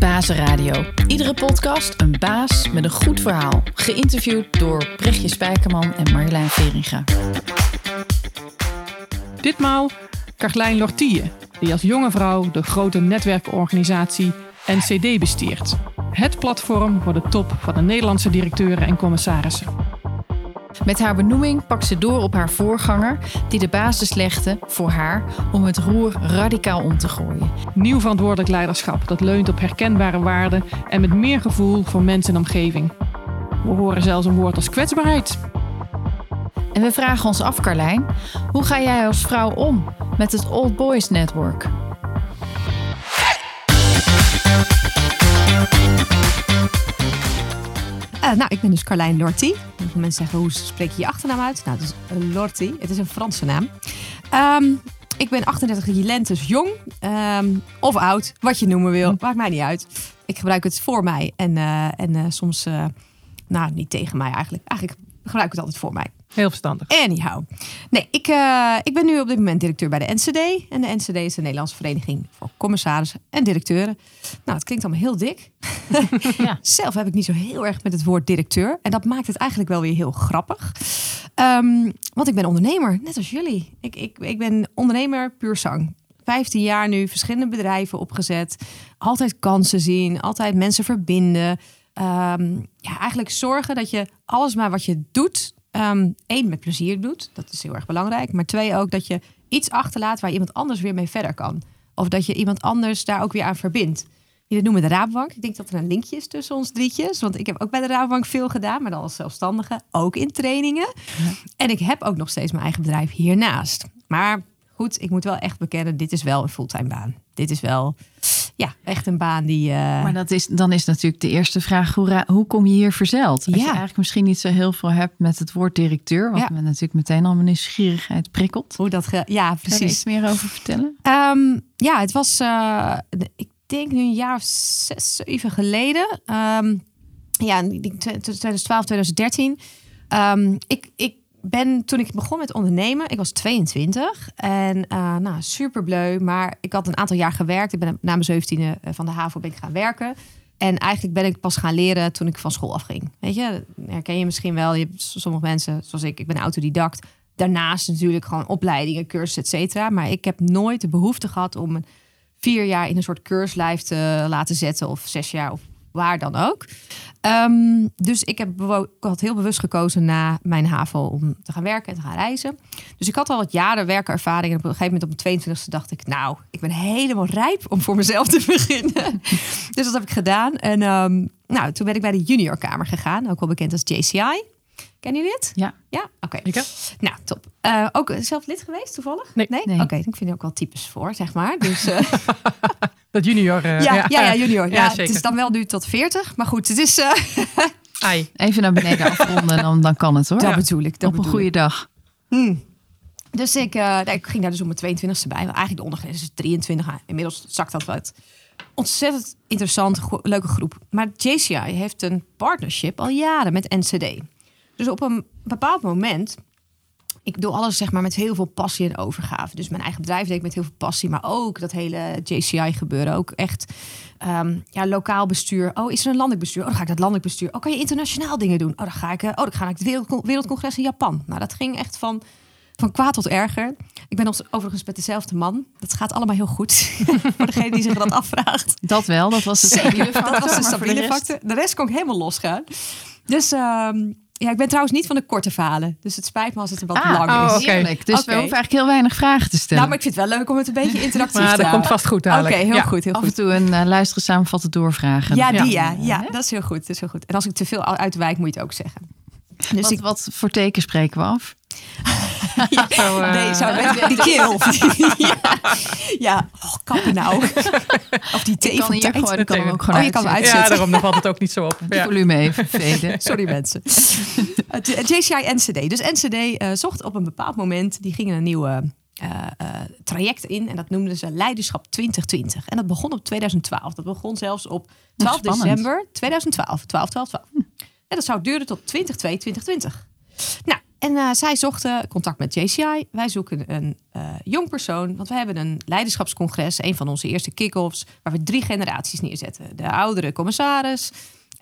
Bazenradio. Iedere podcast een baas met een goed verhaal. Geïnterviewd door Brechtje Spijkerman en Marjolein Veringa. Ditmaal Carlijn Lortije, die als jonge vrouw de grote netwerkorganisatie NCD bestiert. Het platform voor de top van de Nederlandse directeuren en commissarissen. Met haar benoeming pakt ze door op haar voorganger, die de basis legde voor haar om het roer radicaal om te gooien. Nieuw verantwoordelijk leiderschap dat leunt op herkenbare waarden en met meer gevoel voor mensen en omgeving. We horen zelfs een woord als kwetsbaarheid. En we vragen ons af, Carlijn, hoe ga jij als vrouw om met het Old Boys Network? Ik ben dus Carlijn Lortije. Heel veel mensen zeggen, hoe spreek je je achternaam uit? Nou, het is Lortije. Het is een Franse naam. Ik ben 38 lentes jong. Of oud, wat je noemen wil. Maakt mij niet uit. Ik gebruik het voor mij. En soms, niet tegen mij eigenlijk. Eigenlijk gebruik ik het altijd voor mij. Heel verstandig. Anyhow. Nee, ik ben nu op dit moment directeur bij de NCD. En de NCD is de Nederlandse Vereniging voor Commissarissen en Directeuren. Nou, het klinkt allemaal heel dik. Ja. Zelf heb ik niet zo heel erg met het woord directeur. En dat maakt het eigenlijk wel weer heel grappig. Want ik ben ondernemer, net als jullie. Ik ben ondernemer puur zang. 15 jaar nu, verschillende bedrijven opgezet. Altijd kansen zien, altijd mensen verbinden. Eigenlijk zorgen dat je alles maar wat je doet... 1, met plezier doet. Dat is heel erg belangrijk. Maar 2, ook dat je iets achterlaat waar iemand anders weer mee verder kan. Of dat je iemand anders daar ook weer aan verbindt. Jullie noemen de Rabobank. Ik denk dat er een linkje is tussen ons drietjes. Want ik heb ook bij de Rabobank veel gedaan. Maar dan als zelfstandige. Ook in trainingen. Ja. En ik heb ook nog steeds mijn eigen bedrijf hiernaast. Maar goed, ik moet wel echt bekennen. Dit is wel een fulltime baan. Dit is wel echt een baan die... Maar dan is natuurlijk de eerste vraag, hoe kom je hier verzeild? Als je eigenlijk misschien niet zo heel veel hebt met het woord directeur. Wat me natuurlijk meteen al mijn nieuwsgierigheid prikkelt. Hoe dat precies. Kan je iets meer over vertellen? Het was... ik denk nu een jaar of 6, 7 geleden. 2012, 2013. Toen ik begon met ondernemen, ik was 22 en super bleu, maar ik had een aantal jaar gewerkt. Ik ben na mijn 17e van de HAVO ben ik gaan werken. En eigenlijk ben ik pas gaan leren toen ik van school afging. Weet je, herken je misschien wel. Je hebt sommige mensen, zoals ik ben autodidact. Daarnaast natuurlijk gewoon opleidingen, cursussen, et cetera. Maar ik heb nooit de behoefte gehad om 4 jaar in een soort keurslijf te laten zetten of 6 jaar of waar dan ook. Dus ik had heel bewust gekozen na mijn HAVO om te gaan werken en te gaan reizen. Dus ik had al wat jaren werkervaring. En op een gegeven moment op mijn 22e dacht ik... ik ben helemaal rijp om voor mezelf te beginnen. Dus dat heb ik gedaan. En toen ben ik bij de juniorkamer gegaan. Ook wel bekend als JCI. Kennen jullie dit? Ja. Ja? Oké. Nou, top. Ook zelf lid geweest toevallig? Nee. Oké, ik vind er ook wel types voor, zeg maar. Dus... Dat junior. Junior. Ja, het is dan wel nu tot 40. Maar goed, het is... Even naar beneden afronden, dan kan het hoor. Dat bedoel ik. Op een goede dag. Dus ik ging daar dus op mijn 22e bij. Eigenlijk de ondergrens is 23. Inmiddels zakt dat wat. Ontzettend interessant, leuke groep. Maar JCI heeft een partnership al jaren met NCD. Dus op een bepaald moment... Ik doe alles zeg maar met heel veel passie en overgave. Dus mijn eigen bedrijf deed ik met heel veel passie. Maar ook dat hele JCI gebeuren. Ook echt lokaal bestuur. Oh, is er een landelijk bestuur? Oh, dan ga ik dat landelijk bestuur. Oh, kan je internationaal dingen doen? Oh, dan ga ik naar het wereldcongres in Japan. Nou, dat ging echt van kwaad tot erger. Ik ben overigens met dezelfde man. Dat gaat allemaal heel goed. Voor degene die zich dat afvraagt. Dat wel, dat was de stabiele factor. Dat was de stabiele factor. De rest kon ik helemaal losgaan. Dus... ik ben trouwens niet van de korte verhalen. Dus het spijt me als het wat lang is. Okay. Dus we hoeven eigenlijk heel weinig vragen te stellen. Maar ik vind het wel leuk om het een beetje interactief te houden. Dat komt vast goed dadelijk. Oké, heel goed. Af en toe een luisteren, samenvatten, doorvragen. Ja, dat is heel goed. En als ik te veel uitwijk, moet je het ook zeggen. Dus wat voor teken spreken we af? Die keel. Kappen nou. Of die thee van tijd. Ik kan hem ook gewoon je kan hem uitzetten. Ja, daarom valt het ook niet zo op. Het volume even veden. Sorry mensen. JCI NCD. Dus NCD zocht op een bepaald moment... die gingen een nieuwe traject in. En dat noemden ze Leiderschap 2020. En dat begon op 2012. Dat begon zelfs op 12 december 2012. 12. En dat zou duren tot 2020. Nou, En zij zochten contact met JCI. Wij zoeken een jong persoon. Want we hebben een leiderschapscongres. Een van onze eerste kick-offs. Waar we 3 generaties neerzetten. De oudere commissaris.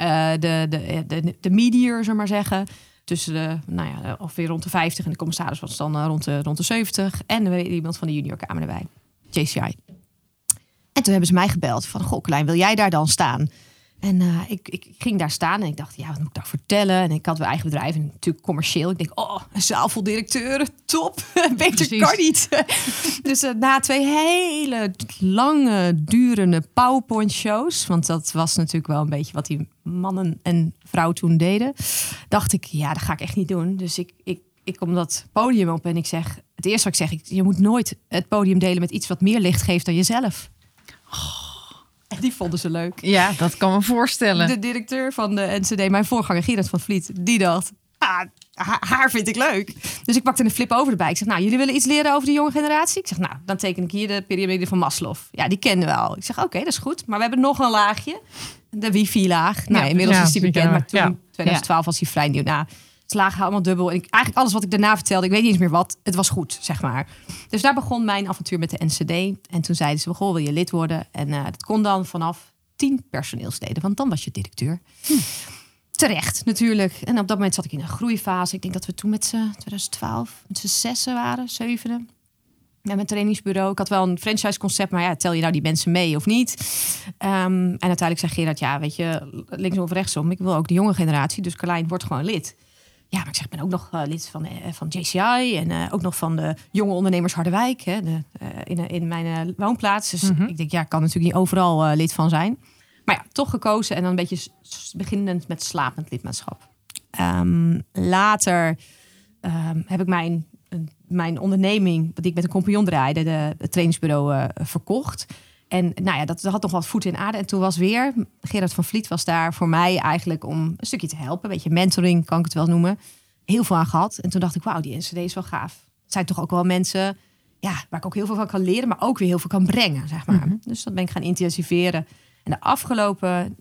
De mediër, zullen we maar zeggen. Tussen ongeveer rond de 50. En de commissaris was dan rond de 70. En iemand van de juniorkamer erbij. JCI. En toen hebben ze mij gebeld. Van, goh, Carlijn, wil jij daar dan staan? En ik ging daar staan en ik dacht, wat moet ik daar vertellen? En ik had mijn eigen bedrijf en natuurlijk commercieel. Ik denk, een zaal vol directeuren, top. Beter kan niet. Dus na 2 hele lange, durende PowerPoint-shows... want dat was natuurlijk wel een beetje wat die mannen en vrouwen toen deden... dacht ik, dat ga ik echt niet doen. Dus ik kom dat podium op en ik zeg... het eerste wat ik zeg, je moet nooit het podium delen... met iets wat meer licht geeft dan jezelf. En die vonden ze leuk. Ja, dat kan me voorstellen. De directeur van de NCD, mijn voorganger Gerard van Vliet, die dacht, haar vind ik leuk. Dus ik pakte een flip over erbij. Ik zeg, jullie willen iets leren over de jonge generatie? Ik zeg, dan teken ik hier de piramide van Maslow. Ja, die kennen we al. Ik zeg, oké, dat is goed. Maar we hebben nog een laagje. De wifi-laag. Inmiddels is die bekend, maar toen, 2012, was hij vrij nieuw. Ze lagen allemaal dubbel. En eigenlijk alles wat ik daarna vertelde, ik weet niet eens meer wat. Het was goed, zeg maar. Dus daar begon mijn avontuur met de NCD. En toen zeiden ze, wil je lid worden? En dat kon dan vanaf 10 personeelsleden. Want dan was je directeur. Terecht, natuurlijk. En op dat moment zat ik in een groeifase. Ik denk dat we toen met 2012 met z'n 6 waren, 7. Met mijn trainingsbureau. Ik had wel een franchise-concept, maar tel je nou die mensen mee of niet? En uiteindelijk zei Gerard, weet je, linksom of rechtsom. Ik wil ook de jonge generatie, dus Carlijn wordt gewoon lid. Ja, maar ik zeg, ik ben ook nog lid van JCI en ook nog van de jonge ondernemers Harderwijk, in mijn woonplaats. Dus ik denk, ik kan natuurlijk niet overal lid van zijn. Maar toch gekozen en dan een beetje beginnend met slapend lidmaatschap. Later heb ik mijn onderneming, die ik met een compagnon draaide, het trainingsbureau, verkocht. En dat had nog wat voet in aarde. En toen was weer, Gerard van Vliet was daar voor mij eigenlijk om een stukje te helpen. Een beetje mentoring, kan ik het wel noemen. Heel veel aan gehad. En toen dacht ik, wauw, die NCD is wel gaaf. Het zijn toch ook wel mensen waar ik ook heel veel van kan leren, maar ook weer heel veel kan brengen, zeg maar. Mm-hmm. Dus dat ben ik gaan intensiveren. En de afgelopen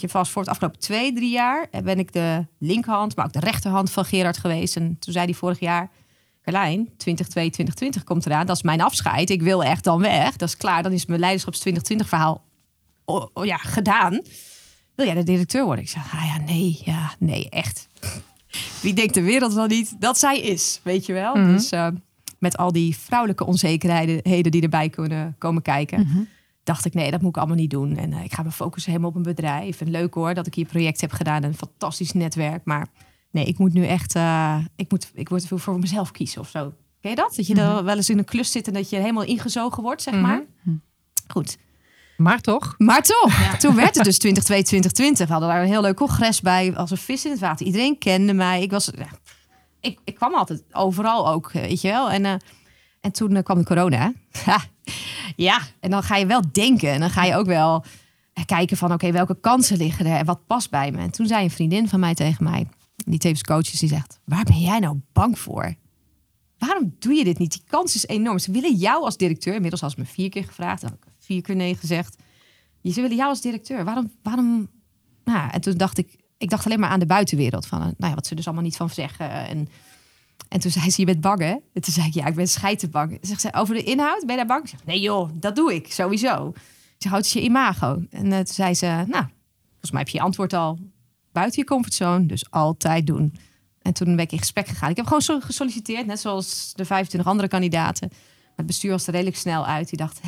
2-3 jaar ben ik de linkerhand, maar ook de rechterhand van Gerard geweest. En toen zei hij vorig jaar, Carlijn, 2020 komt eraan. Dat is mijn afscheid. Ik wil echt dan weg. Dat is klaar. Dan is mijn leiderschaps 2020 verhaal gedaan. Wil jij de directeur worden? Ik zeg, nee, echt. Wie denkt de wereld wel niet dat zij is, weet je wel? Mm-hmm. Dus met al die vrouwelijke onzekerheden die erbij kunnen komen kijken, mm-hmm. dacht ik, nee, dat moet ik allemaal niet doen. En ik ga me focussen helemaal op een bedrijf. En leuk hoor, dat ik hier project heb gedaan. Een fantastisch netwerk, maar nee, ik moet nu echt... ik word voor mezelf kiezen of zo. Ken je dat? Dat je er wel eens in een klus zit en dat je helemaal ingezogen wordt, zeg maar. Goed. Maar toch? Ja. Toen werd het dus 2020. We hadden daar een heel leuk congres bij. Als een vis in het water. Iedereen kende mij. Ik kwam altijd overal ook, weet je wel. En toen kwam de corona. Ja, en dan ga je wel denken. En dan ga je ook wel kijken van, oké, welke kansen liggen er? En wat past bij me? En toen zei een vriendin van mij tegen mij, die tevens coach is, die zegt, waar ben jij nou bang voor? Waarom doe je dit niet? Die kans is enorm. Ze willen jou als directeur. Inmiddels had ze me 4 keer gevraagd. Dan heb ik 4 keer nee gezegd. Ze willen jou als directeur. Waarom? Nou, en toen dacht ik dacht alleen maar aan de buitenwereld. Van, wat ze dus allemaal niet van zeggen. En toen zei ze, je bent bang, hè? En toen zei ik, ja, ik ben scheiterbang. Zegt ze, over de inhoud, ben je daar bang? Ik zeg, nee joh, dat doe ik, sowieso. Ik zeg, het is je imago. En toen zei ze, volgens mij heb je je antwoord al. Buiten je comfortzone, dus altijd doen. En toen ben ik in gesprek gegaan. Ik heb gewoon gesolliciteerd, net zoals de 25 andere kandidaten. Maar het bestuur was er redelijk snel uit. Die dacht,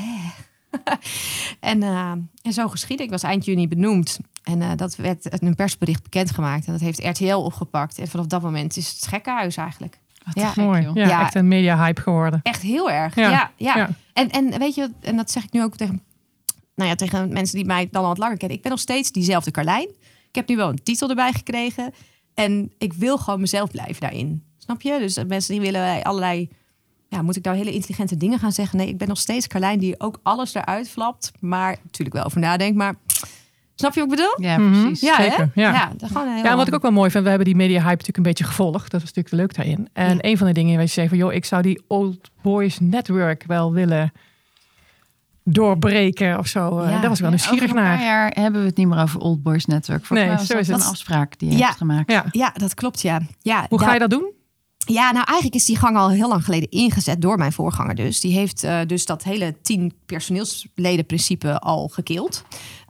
en zo geschiedde. Ik was eind juni benoemd. En dat werd in een persbericht bekendgemaakt. En dat heeft RTL opgepakt. En vanaf dat moment is het gekkenhuis eigenlijk. Wat mooi. Ja, echt een media-hype geworden. Echt heel erg, ja. En weet je, en dat zeg ik nu ook tegen mensen die mij dan al wat langer kennen. Ik ben nog steeds diezelfde Carlijn. Ik heb nu wel een titel erbij gekregen. En ik wil gewoon mezelf blijven daarin. Snap je? Dus mensen die willen allerlei... Ja, moet ik nou hele intelligente dingen gaan zeggen? Nee, ik ben nog steeds Carlijn die ook alles eruit flapt. Maar natuurlijk wel over nadenkt. Maar snap je wat ik bedoel? Ja, precies. Ja, zeker. Ja, wat ik ook wel mooi vind. We hebben die media hype natuurlijk een beetje gevolgd. Dat is natuurlijk leuk daarin. En een van de dingen waar je zei van... joh, ik zou die Old Boys Network wel willen doorbreken of zo. Daar was ik wel nieuwsgierig naar. Over een paar jaar hebben we het niet meer over Old Boys Network. Volgens mij was dat een afspraak die je hebt gemaakt. Ja, dat klopt, ja. Hoe ga je dat doen? Ja, nou eigenlijk is die gang al heel lang geleden ingezet door mijn voorganger dus. Die heeft dus dat hele 10 personeelsledenprincipe al gekild.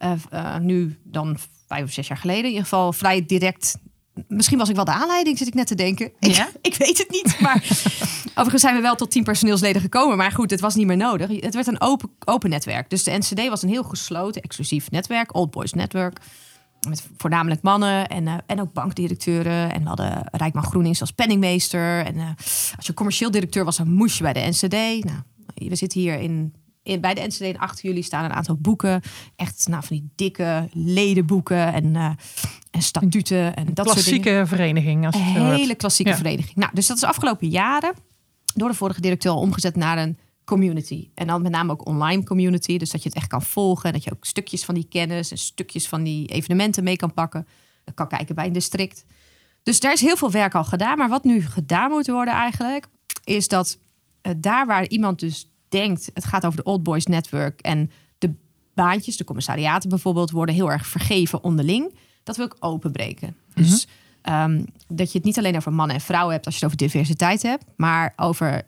Nu dan 5 of 6 jaar geleden. In ieder geval vrij direct. Misschien was ik wel de aanleiding, zit ik net te denken. Ja? Ik weet het niet, maar overigens zijn we wel tot 10 personeelsleden gekomen. Maar goed, het was niet meer nodig. Het werd een open netwerk. Dus de NCD was een heel gesloten, exclusief netwerk. Old Boys Network. Met voornamelijk mannen en ook bankdirecteuren. En we hadden Rijkman Groenings als penningmeester. En als je commercieel directeur was, dan moest je bij de NCD. Nou, we zitten hier bij de NCD in 8 juli staan een aantal boeken. Echt van die dikke ledenboeken en statuten. En dat soort dingen. Klassieke vereniging. Als een hele klassieke vereniging. Nou, dus dat is afgelopen jaren door de vorige directeur al omgezet naar een community. En dan met name ook online community. Dus dat je het echt kan volgen. En dat je ook stukjes van die kennis en stukjes van die evenementen mee kan pakken. Dat kan kijken bij een district. Dus daar is heel veel werk al gedaan. Maar wat nu gedaan moet worden eigenlijk, is dat daar waar iemand dus denkt, het gaat over de Old Boys Network en de baantjes, de commissariaten bijvoorbeeld, worden heel erg vergeven onderling. Dat wil ik openbreken. Mm-hmm. Dus dat je het niet alleen over mannen en vrouwen hebt als je het over diversiteit hebt, maar over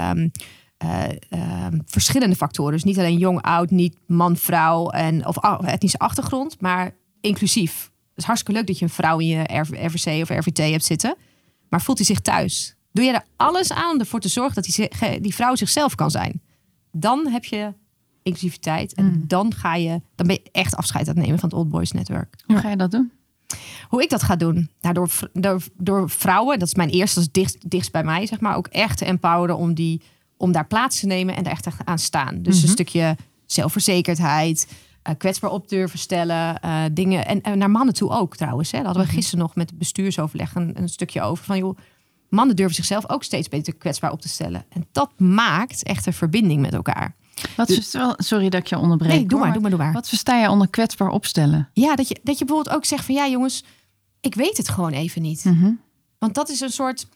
verschillende factoren. Dus niet alleen jong, oud, niet man, vrouw of etnische achtergrond, maar inclusief. Het is hartstikke leuk dat je een vrouw in je RVC of RVT hebt zitten, maar voelt hij zich thuis? Doe je er alles aan om ervoor te zorgen dat die vrouw zichzelf kan zijn? Dan heb je inclusiviteit en dan ben je echt afscheid aan het nemen van het Old Boys Network. Hoe ga je dat doen? Hoe ik dat ga doen? Nou, door vrouwen, dat is mijn eerste, dat is dichtst bij mij, zeg maar, ook echt te empoweren om daar plaats te nemen en daar echt aan staan. Dus een stukje zelfverzekerdheid, kwetsbaar op durven stellen, dingen. En naar mannen toe ook trouwens. Hè. Daar hadden we gisteren nog met het bestuursoverleg een stukje over van, joh, mannen durven zichzelf ook steeds beter kwetsbaar op te stellen. En dat maakt echt een verbinding met elkaar. Sorry dat ik je onderbreek. Nee, doe maar. Wat versta je onder kwetsbaar opstellen? Ja, dat je bijvoorbeeld ook zegt van, ja jongens, ik weet het gewoon even niet. Mm-hmm. Want dat is een soort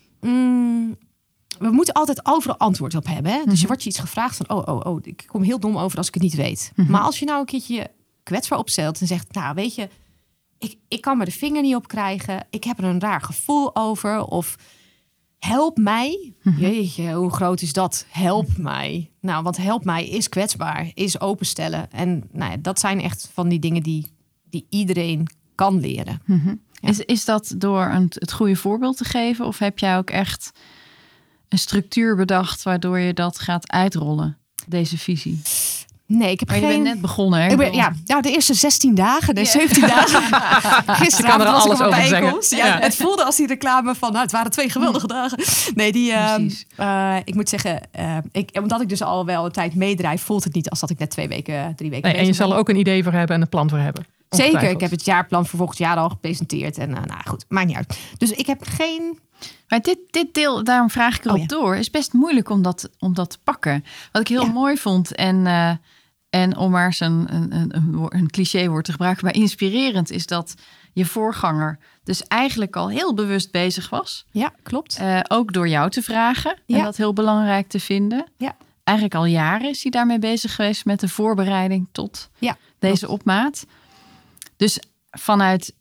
we moeten altijd overal antwoord op hebben. Hè? Mm-hmm. Dus je wordt je iets gevraagd van, oh, ik kom heel dom over als ik het niet weet. Mm-hmm. Maar als je nou een keertje kwetsbaar opstelt en zegt, nou weet je, ik kan me de vinger niet op krijgen. Ik heb er een raar gevoel over. Of help mij. Mm-hmm. Jeetje, hoe groot is dat? Help mij. Nou, want help mij is kwetsbaar, is openstellen. En nou ja, dat zijn echt van die dingen die iedereen kan leren. Mm-hmm. Ja. Is dat door het goede voorbeeld te geven? Of heb jij ook echt een structuur bedacht waardoor je dat gaat uitrollen, deze visie? Nee, ik heb je bent net begonnen, hè? De eerste 16 dagen, 17 dagen. Gisteravond was ik op bijeenkomst. Ja, het voelde als die reclame van, het waren 2 geweldige dagen. Nee, ik moet zeggen, omdat ik dus al wel een tijd meedrijf, voelt het niet als dat ik net 3 weken bezig ben. En je zal er ook een idee voor hebben en een plan voor hebben. Zeker, ik heb het jaarplan voor volgend jaar al gepresenteerd. En goed, maakt niet uit. Dus ik heb geen... Maar dit deel, daarom vraag ik erop door, is best moeilijk om dat te pakken. Wat ik heel mooi vond en om maar eens een clichéwoord te gebruiken, maar inspirerend is dat je voorganger dus eigenlijk al heel bewust bezig was. Ja, klopt. Ook door jou te vragen en dat heel belangrijk te vinden. Ja. Eigenlijk al jaren is hij daarmee bezig geweest met de voorbereiding tot deze opmaat. Dus vanuit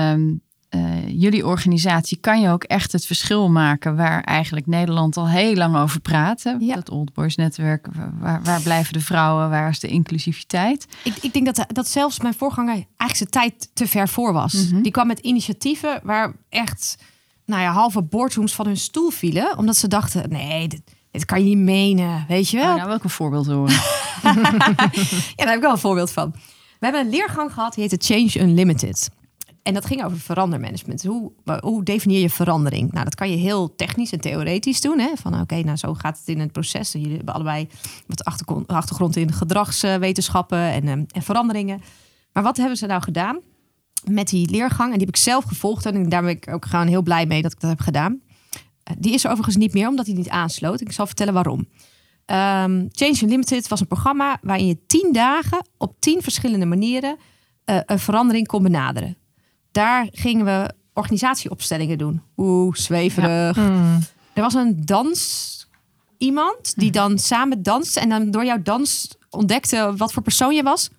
jullie organisatie kan je ook echt het verschil maken waar eigenlijk Nederland al heel lang over praat. Hè? Ja. Dat Old Boys netwerk, waar blijven de vrouwen, waar is de inclusiviteit? Ik denk dat zelfs mijn voorganger eigenlijk zijn tijd te ver voor was. Mm-hmm. Die kwam met initiatieven waar echt halve boardrooms van hun stoel vielen. Omdat ze dachten, nee, dit kan je niet menen, weet je wel? Nou, welk een voorbeeld horen? Daar heb ik wel een voorbeeld van. We hebben een leergang gehad, die heette Change Unlimited. En dat ging over verandermanagement. Hoe definieer je verandering? Nou, dat kan je heel technisch en theoretisch doen. Hè? Van zo gaat het in het proces. Jullie hebben allebei wat achtergrond in gedragswetenschappen en veranderingen. Maar wat hebben ze nou gedaan met die leergang? En die heb ik zelf gevolgd. En daar ben ik ook gewoon heel blij mee dat ik dat heb gedaan. Die is er overigens niet meer, omdat hij niet aansloot. Ik zal vertellen waarom. Change Unlimited was een programma waarin je 10 dagen op 10 verschillende manieren een verandering kon benaderen. Daar gingen we organisatieopstellingen doen. Zweverig. Ja. Er was een iemand die dan samen danste en dan door jouw dans ontdekte wat voor persoon je was.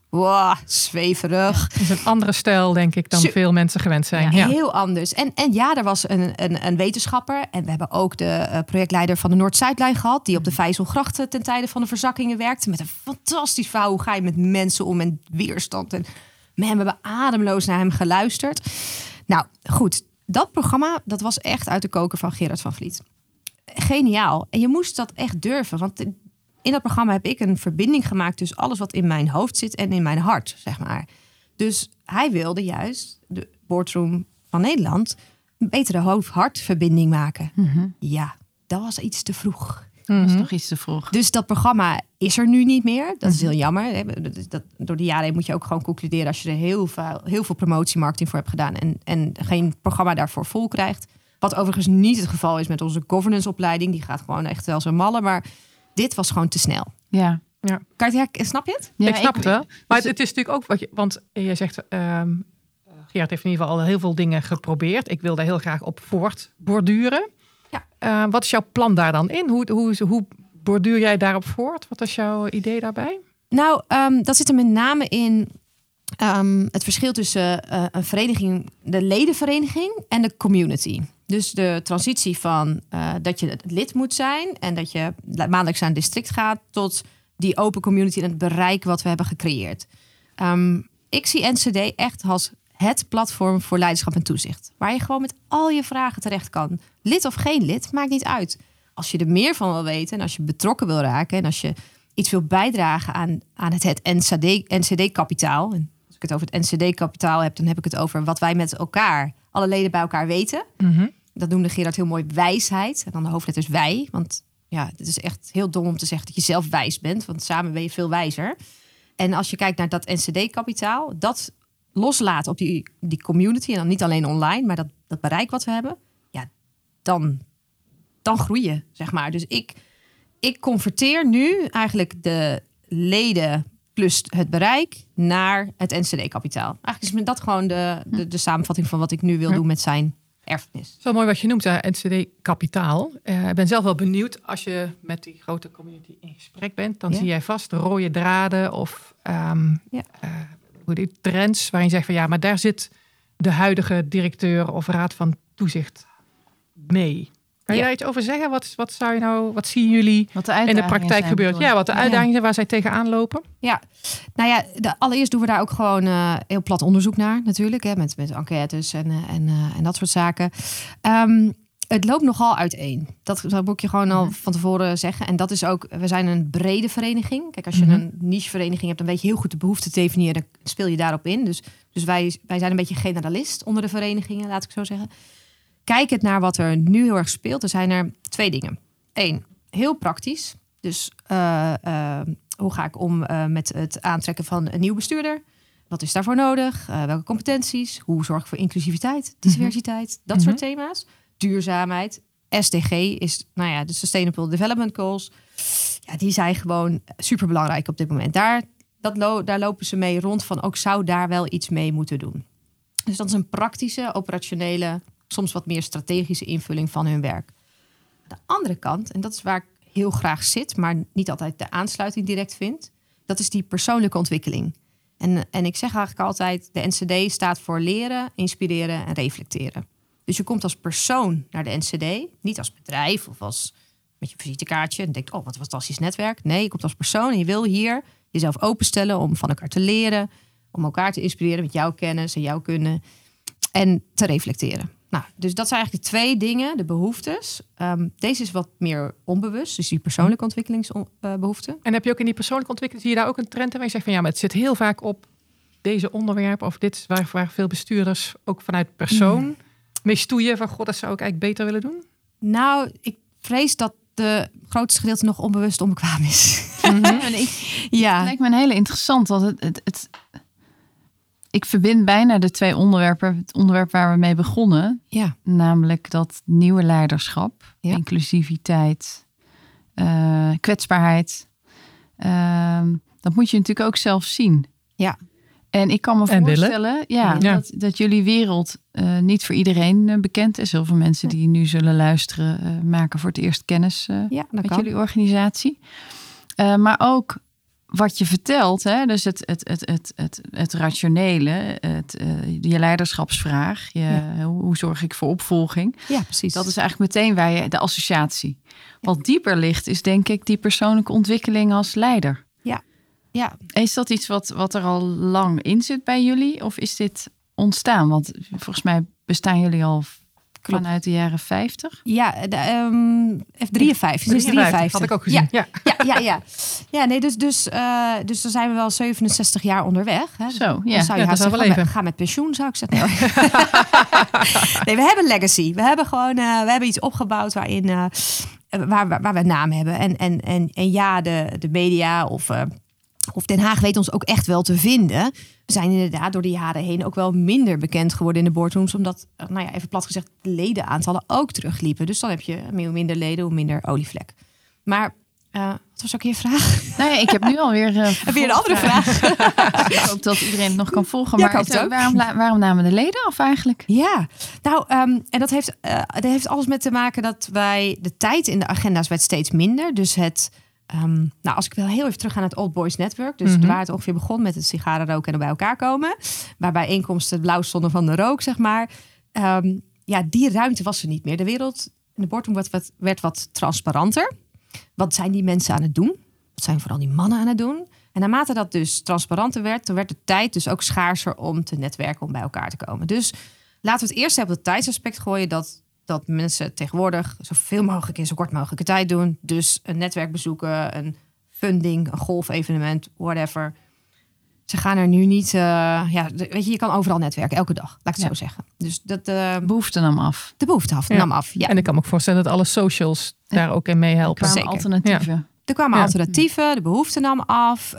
wow, zweverig. Dat is een andere stijl, denk ik, dan veel mensen gewend zijn. Ja, heel anders. En er was een wetenschapper. En we hebben ook de projectleider van de Noord-Zuidlijn gehad, die op de Vijzelgracht ten tijde van de verzakkingen werkte. Met een fantastisch verhaal. Hoe ga je met mensen om en weerstand? En we hebben ademloos naar hem geluisterd. Nou, goed. Dat programma, dat was echt uit de koker van Gerard van Vliet. Geniaal. En je moest dat echt durven. Want in dat programma heb ik een verbinding gemaakt tussen alles wat in mijn hoofd zit en in mijn hart, zeg maar. Dus hij wilde juist de boardroom van Nederland een betere hoofd-hartverbinding maken. Mm-hmm. Ja, dat was iets te vroeg. Dat is nog iets te vroeg. Dus dat programma is er nu niet meer. Dat is heel jammer. Door de jaren heen moet je ook gewoon concluderen als je er heel veel promotiemarketing voor hebt gedaan en geen programma daarvoor vol krijgt. Wat overigens niet het geval is met onze governance opleiding. Die gaat gewoon echt wel zo mallen. Maar dit was gewoon te snel. Ja. Kan je het, snap je het? Ja, ik snap het wel. Maar het is natuurlijk ook want je zegt, Gerard heeft in ieder geval al heel veel dingen geprobeerd. Ik wil daar heel graag op voortborduren. Ja. Wat is jouw plan daar dan in? Hoe borduur jij daarop voort? Wat is jouw idee daarbij? Nou, dat zit er met name in het verschil tussen een vereniging, de ledenvereniging en de community. Dus de transitie van dat je lid moet zijn en dat je maandelijks naar een district gaat tot die open community en het bereik wat we hebben gecreëerd. Ik zie NCD echt als het platform voor leiderschap en toezicht. Waar je gewoon met al je vragen terecht kan. Lid of geen lid, maakt niet uit. Als je er meer van wil weten en als je betrokken wil raken en als je iets wil bijdragen aan het NCD-kapitaal. En als ik het over het NCD-kapitaal heb, dan heb ik het over wat wij met elkaar, alle leden bij elkaar weten. Mm-hmm. Dat noemde Gerard heel mooi wijsheid. En dan de hoofdletters wij. Want ja, het is echt heel dom om te zeggen dat je zelf wijs bent. Want samen ben je veel wijzer. En als je kijkt naar dat NCD-kapitaal, dat loslaten op die community. En dan niet alleen online, maar dat bereik wat we hebben. Ja, dan groei je, zeg maar. Dus ik converteer nu eigenlijk de leden plus het bereik naar het NCD-kapitaal. Eigenlijk is dat gewoon de samenvatting van wat ik nu wil doen met zijn erfenis. Zo mooi wat je noemt, NCD-kapitaal. Ik ben zelf wel benieuwd, als je met die grote community in gesprek bent, dan zie jij vast rode draden of die trends waarin je zegt van ja, maar daar zit de huidige directeur of raad van toezicht mee. Kan je daar iets over zeggen? Wat zien jullie in de praktijk gebeuren? Ja, wat de uitdagingen zijn waar zij tegenaan lopen? Ja, nou ja, allereerst doen we daar ook gewoon heel plat onderzoek naar natuurlijk. Hè, met enquêtes en dat soort zaken. Het loopt nogal uiteen. Dat moet ik je gewoon al van tevoren zeggen. En dat is ook, we zijn een brede vereniging. Kijk, als je een niche-vereniging hebt, dan weet je heel goed de behoefte te definiëren. Dan speel je daarop in. Dus wij zijn een beetje generalist onder de verenigingen, laat ik zo zeggen. Kijkend naar wat er nu heel erg speelt, er zijn er 2 dingen. 1, heel praktisch. Dus hoe ga ik om met het aantrekken van een nieuw bestuurder? Wat is daarvoor nodig? Welke competenties? Hoe zorg ik voor inclusiviteit, diversiteit? Dat soort thema's. Duurzaamheid. SDG is, de Sustainable Development Goals. Ja, die zijn gewoon superbelangrijk op dit moment. Daar lopen ze mee rond van ook zou daar wel iets mee moeten doen. Dus dat is een praktische, operationele, soms wat meer strategische invulling van hun werk. De andere kant, en dat is waar ik heel graag zit, maar niet altijd de aansluiting direct vind, dat is die persoonlijke ontwikkeling. En ik zeg eigenlijk altijd, de NCD staat voor leren, inspireren en reflecteren. Dus je komt als persoon naar de NCD, niet als bedrijf of als met je visitekaartje en denkt, oh, wat een fantastisch netwerk. Nee, je komt als persoon en je wil hier jezelf openstellen om van elkaar te leren, om elkaar te inspireren met jouw kennis en jouw kunde en te reflecteren. Nou, dus dat zijn eigenlijk de 2 dingen, de behoeftes. Deze is wat meer onbewust, dus die persoonlijke ontwikkelingsbehoeften. En heb je ook in die persoonlijke ontwikkeling, zie je daar ook een trend in? Waar je zegt van ja, maar het zit heel vaak op deze onderwerpen of dit waar veel bestuurders ook vanuit persoon mee stoeien van god, dat zou ik eigenlijk beter willen doen? Nou, ik vrees dat de grootste gedeelte nog onbewust onbekwaam is. Het lijkt me een hele interessant, want ik verbind bijna de 2 onderwerpen. Het onderwerp waar we mee begonnen. Ja. Namelijk dat nieuwe leiderschap. Ja. Inclusiviteit. Kwetsbaarheid. Dat moet je natuurlijk ook zelf zien. Ja. En ik kan me voorstellen dat jullie wereld niet voor iedereen bekend is. Heel veel mensen die nu zullen luisteren maken voor het eerst kennis met jullie organisatie. Maar ook wat je vertelt, hè, dus het rationele, je leiderschapsvraag, hoe zorg ik voor opvolging? Ja, precies. Dat is eigenlijk meteen waar je de associatie. Wat dieper ligt, is denk ik die persoonlijke ontwikkeling als leider. Ja. Is dat iets wat er al lang in zit bij jullie? Of is dit ontstaan? Want volgens mij bestaan jullie al vanuit de jaren 50. Ja, F53. Had ik ook gezien. Ja, nee, dus dan zijn we wel 67 jaar onderweg. Hè? Zo, ja. Dan zou je haast zeggen, ga met pensioen, zou ik zeggen. Nee, we hebben legacy. We hebben iets opgebouwd waarin waar we naam hebben. En ja, de media of Den Haag weet ons ook echt wel te vinden. We zijn inderdaad door de jaren heen ook wel minder bekend geworden in de boardrooms. Omdat, even plat gezegd, de ledenaantallen ook terugliepen. Dus dan heb je hoe minder leden, hoe minder olievlek. Maar wat was ook je vraag? Nee, ik heb nu alweer weer een andere vraag. Ik hoop dat iedereen het nog kan volgen. Maar waarom namen de leden af eigenlijk? Ja, en dat heeft alles met te maken dat wij de tijd in de agenda's werd steeds minder. Dus als ik wel heel even terug ga naar het Old Boys Network. Dus waar het ongeveer begon met het sigaren roken en er bij elkaar komen. Waar bijeenkomsten blauw stonden van de rook, zeg maar. Die ruimte was er niet meer. De wereld in de boardroom werd wat transparanter. Wat zijn die mensen aan het doen? Wat zijn vooral die mannen aan het doen? En naarmate dat dus transparanter werd, dan werd de tijd dus ook schaarser om te netwerken, om bij elkaar te komen. Dus laten we het eerst op het tijdsaspect gooien dat mensen tegenwoordig zoveel mogelijk in zo kort mogelijke tijd doen. Dus een netwerk bezoeken, een funding, een golfevenement, whatever. Ze gaan er nu niet... je kan overal netwerken, elke dag. Laat ik het zo zeggen. Dus dat behoefte nam af. De behoefte nam af, ja. En ik kan me ook voorstellen dat alle socials daar ook in meehelpen. Er kwamen alternatieven. Ja. Er kwamen alternatieven, de behoefte nam af.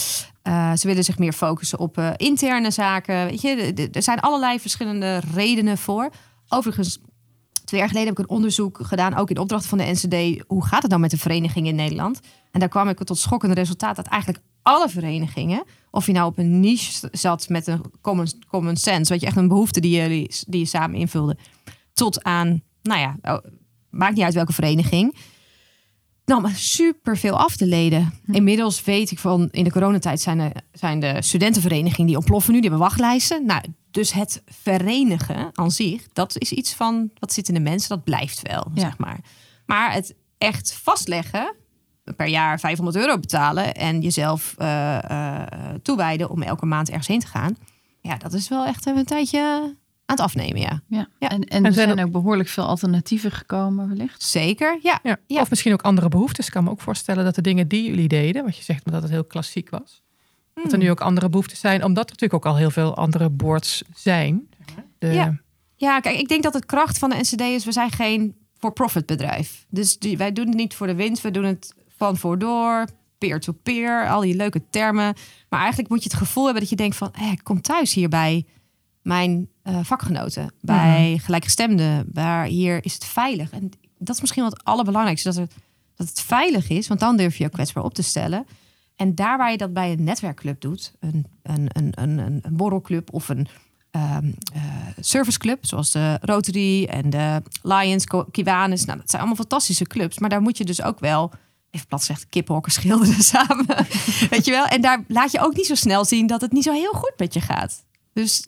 Ze willen zich meer focussen op interne zaken. Weet je, er zijn allerlei verschillende redenen voor. Overigens, 2 jaar geleden heb ik een onderzoek gedaan, ook in opdracht van de NCD. Hoe gaat het nou met de verenigingen in Nederland? En daar kwam ik tot schokkende resultaat dat eigenlijk alle verenigingen, of je nou op een niche zat met een common sense, weet je, echt een behoefte die je samen invulde, tot aan, maakt niet uit welke vereniging, maar super veel af te leden. Inmiddels weet ik van, in de coronatijd zijn de studentenverenigingen die ontploffen nu, die hebben wachtlijsten. Dus het verenigen aan zich, dat is iets van, wat zit in de mensen, dat blijft wel, zeg maar. Maar het echt vastleggen, per jaar €500 betalen en jezelf toewijden om elke maand ergens heen te gaan. Ja, dat is wel echt een tijdje aan het afnemen, ja. En er zijn ook behoorlijk veel alternatieven gekomen, wellicht. Zeker, ja. Of misschien ook andere behoeftes. Ik kan me ook voorstellen dat de dingen die jullie deden, wat je zegt dat het heel klassiek was, dat er nu ook andere behoeftes zijn, omdat er natuurlijk ook al heel veel andere boards zijn. Ja, kijk, ik denk dat het kracht van de NCD is, we zijn geen for-profit bedrijf. Dus wij doen het niet voor de winst, we doen het van voordoor, peer-to-peer, al die leuke termen. Maar eigenlijk moet je het gevoel hebben dat je denkt van, ik kom thuis hier bij mijn vakgenoten, bij gelijkgestemden, waar hier is het veilig. En dat is misschien wel het allerbelangrijkste, dat het veilig is, want dan durf je je kwetsbaar op te stellen. En daar waar je dat bij een netwerkclub doet, een borrelclub of een serviceclub, zoals de Rotary en de Lions, Kiwanis. Dat zijn allemaal fantastische clubs, maar daar moet je dus ook wel, even plat gezegd, kippenhokken schilderen samen. Weet je wel? En daar laat je ook niet zo snel zien dat het niet zo heel goed met je gaat. Dus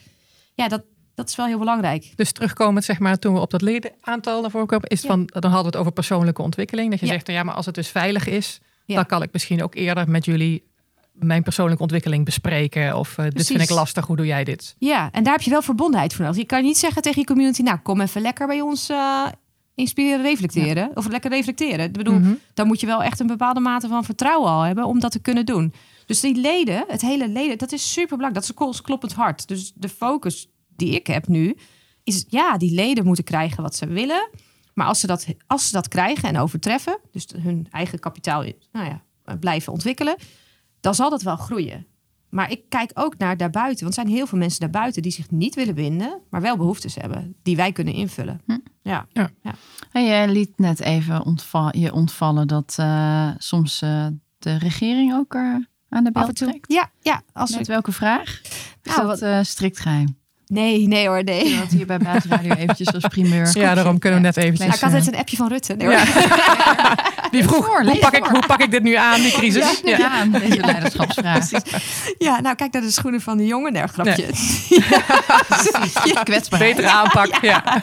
dat is wel heel belangrijk. Dus terugkomend, zeg maar, toen we op dat ledenaantal naar voren kwamen, is dan hadden we het over persoonlijke ontwikkeling. Dat je zegt, maar als het dus veilig is, dan kan ik misschien ook eerder met jullie mijn persoonlijke ontwikkeling bespreken. Of dit vind ik lastig, hoe doe jij dit? Ja, en daar heb je wel verbondenheid voor nodig. Je kan niet zeggen tegen je community, kom even lekker bij ons inspireren, reflecteren. Ja. Of lekker reflecteren. Ik bedoel, dan moet je wel echt een bepaalde mate van vertrouwen al hebben om dat te kunnen doen. Dus die leden, het hele leden, dat is super belangrijk. Dat is een kloppend hart. Dus de focus die ik heb nu is, die leden moeten krijgen wat ze willen. Maar als ze dat krijgen en overtreffen, dus hun eigen kapitaal blijven ontwikkelen, dan zal dat wel groeien. Maar ik kijk ook naar daarbuiten. Want er zijn heel veel mensen daarbuiten die zich niet willen binden, maar wel behoeftes hebben die wij kunnen invullen. Ja. En jij liet net even ontvallen dat soms de regering ook aan de bel trekt. Ja. Met welke vraag? Is dat strikt geheim? Nee hoor, nee. Dat hier bij Basisradio eventjes als primeur. Ja, daarom kunnen we net eventjes... Ik had net een appje van Rutte. Nee, Die vroeg, hoe pak ik dit nu aan, die crisis? Ja, deze leiderschapsvraag. Ja, nou kijk naar de schoenen van de jongen. Nee, grapje. Ja. Kwetsbaarheid. Betere aanpak, ja.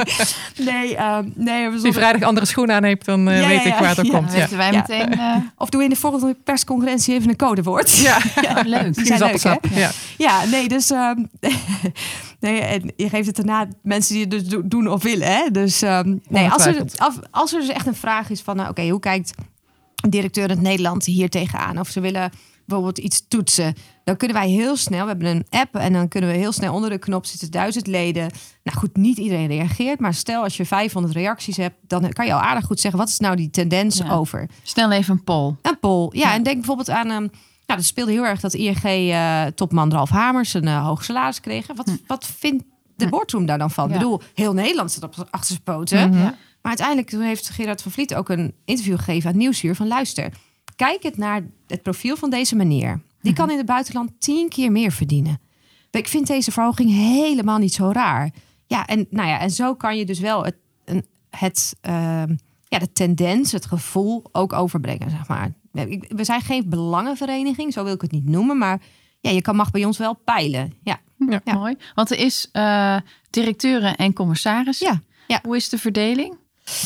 Nee. Als je vrijdag andere schoenen aan hebt, dan weet ik waar het op komt. Dan weten wij meteen... Of doe in de volgende persconferentie even een codewoord. Ja, leuk. Die zijn leuk, hè? Ja, nee, dus... nee, en je geeft het daarna mensen die het dus doen of willen. Hè? Dus nee, als er dus echt een vraag is van... oké, hoe kijkt een directeur in het Nederland hier tegenaan? Of ze willen bijvoorbeeld iets toetsen. Dan kunnen wij heel snel... We hebben een app en dan kunnen we heel snel onder de knop zitten 1000 leden. Nou goed, niet iedereen reageert. Maar stel als je 500 reacties hebt... dan kan je al aardig goed zeggen... wat is nou die tendens over? Snel even een poll. Een poll, ja. En denk bijvoorbeeld aan... dat speelde heel erg dat ING-topman Ralf Hamers een hoog salaris kreeg. Wat vindt de boardroom daar dan van? Ik bedoel, heel Nederland zit op achter zijn poten. Maar uiteindelijk heeft Gerard van Vliet ook een interview gegeven aan Nieuwsuur van luister. Kijk het naar het profiel van deze meneer. Die kan in het buitenland 10 keer meer verdienen. Ik vind deze verhoging helemaal niet zo raar. Ja, en zo kan je dus wel de tendens, het gevoel ook overbrengen, zeg maar. We zijn geen belangenvereniging, zo wil ik het niet noemen. Maar ja, je mag bij ons wel peilen. Ja. Mooi. Want er is directeuren en commissarissen. Ja. Hoe is de verdeling?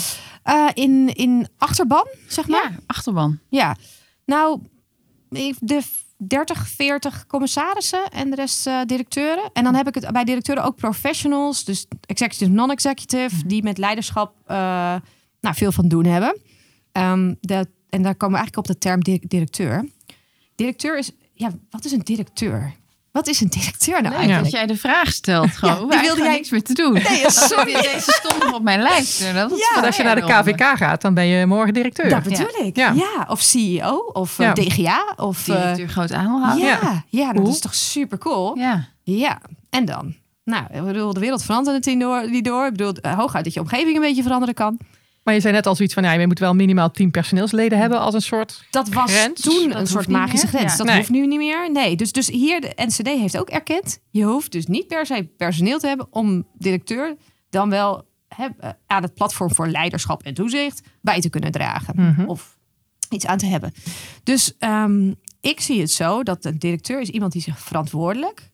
In achterban, zeg maar? Ja, achterban. Ja. Nou, de 30, 40 commissarissen en de rest directeuren. En dan heb ik het bij directeuren ook professionals. Dus executive, non-executive. Die met leiderschap veel van doen hebben. En daar komen we eigenlijk op de term directeur. Directeur is... Ja, wat is een directeur? Wat is een directeur nou eigenlijk? Als jij de vraag stelt, gewoon. Ja, wilde jij niks meer te doen. Nee, sorry. Deze stond nog op mijn lijst. Want als je naar de KVK gaat, dan ben je morgen directeur. Dat bedoel ik. Ja. Of CEO, of DGA. Of directeur groot aandeelhouder. Ja, dat is toch super cool? Ja. En dan? Nou, ik bedoel, de wereld verandert niet door. Ik bedoel, hooguit dat je omgeving een beetje veranderen kan. Maar je zei net al zoiets van, je moet wel minimaal 10 personeelsleden hebben als een soort Dat was grens. toen een soort magische grens. Ja. Dat hoeft nu niet meer. Nee, dus hier, de NCD heeft ook erkend, je hoeft dus niet per se personeel te hebben om directeur dan wel aan het platform voor leiderschap en toezicht bij te kunnen dragen. Of iets aan te hebben. Dus ik zie het zo dat een directeur is iemand die zich verantwoordelijk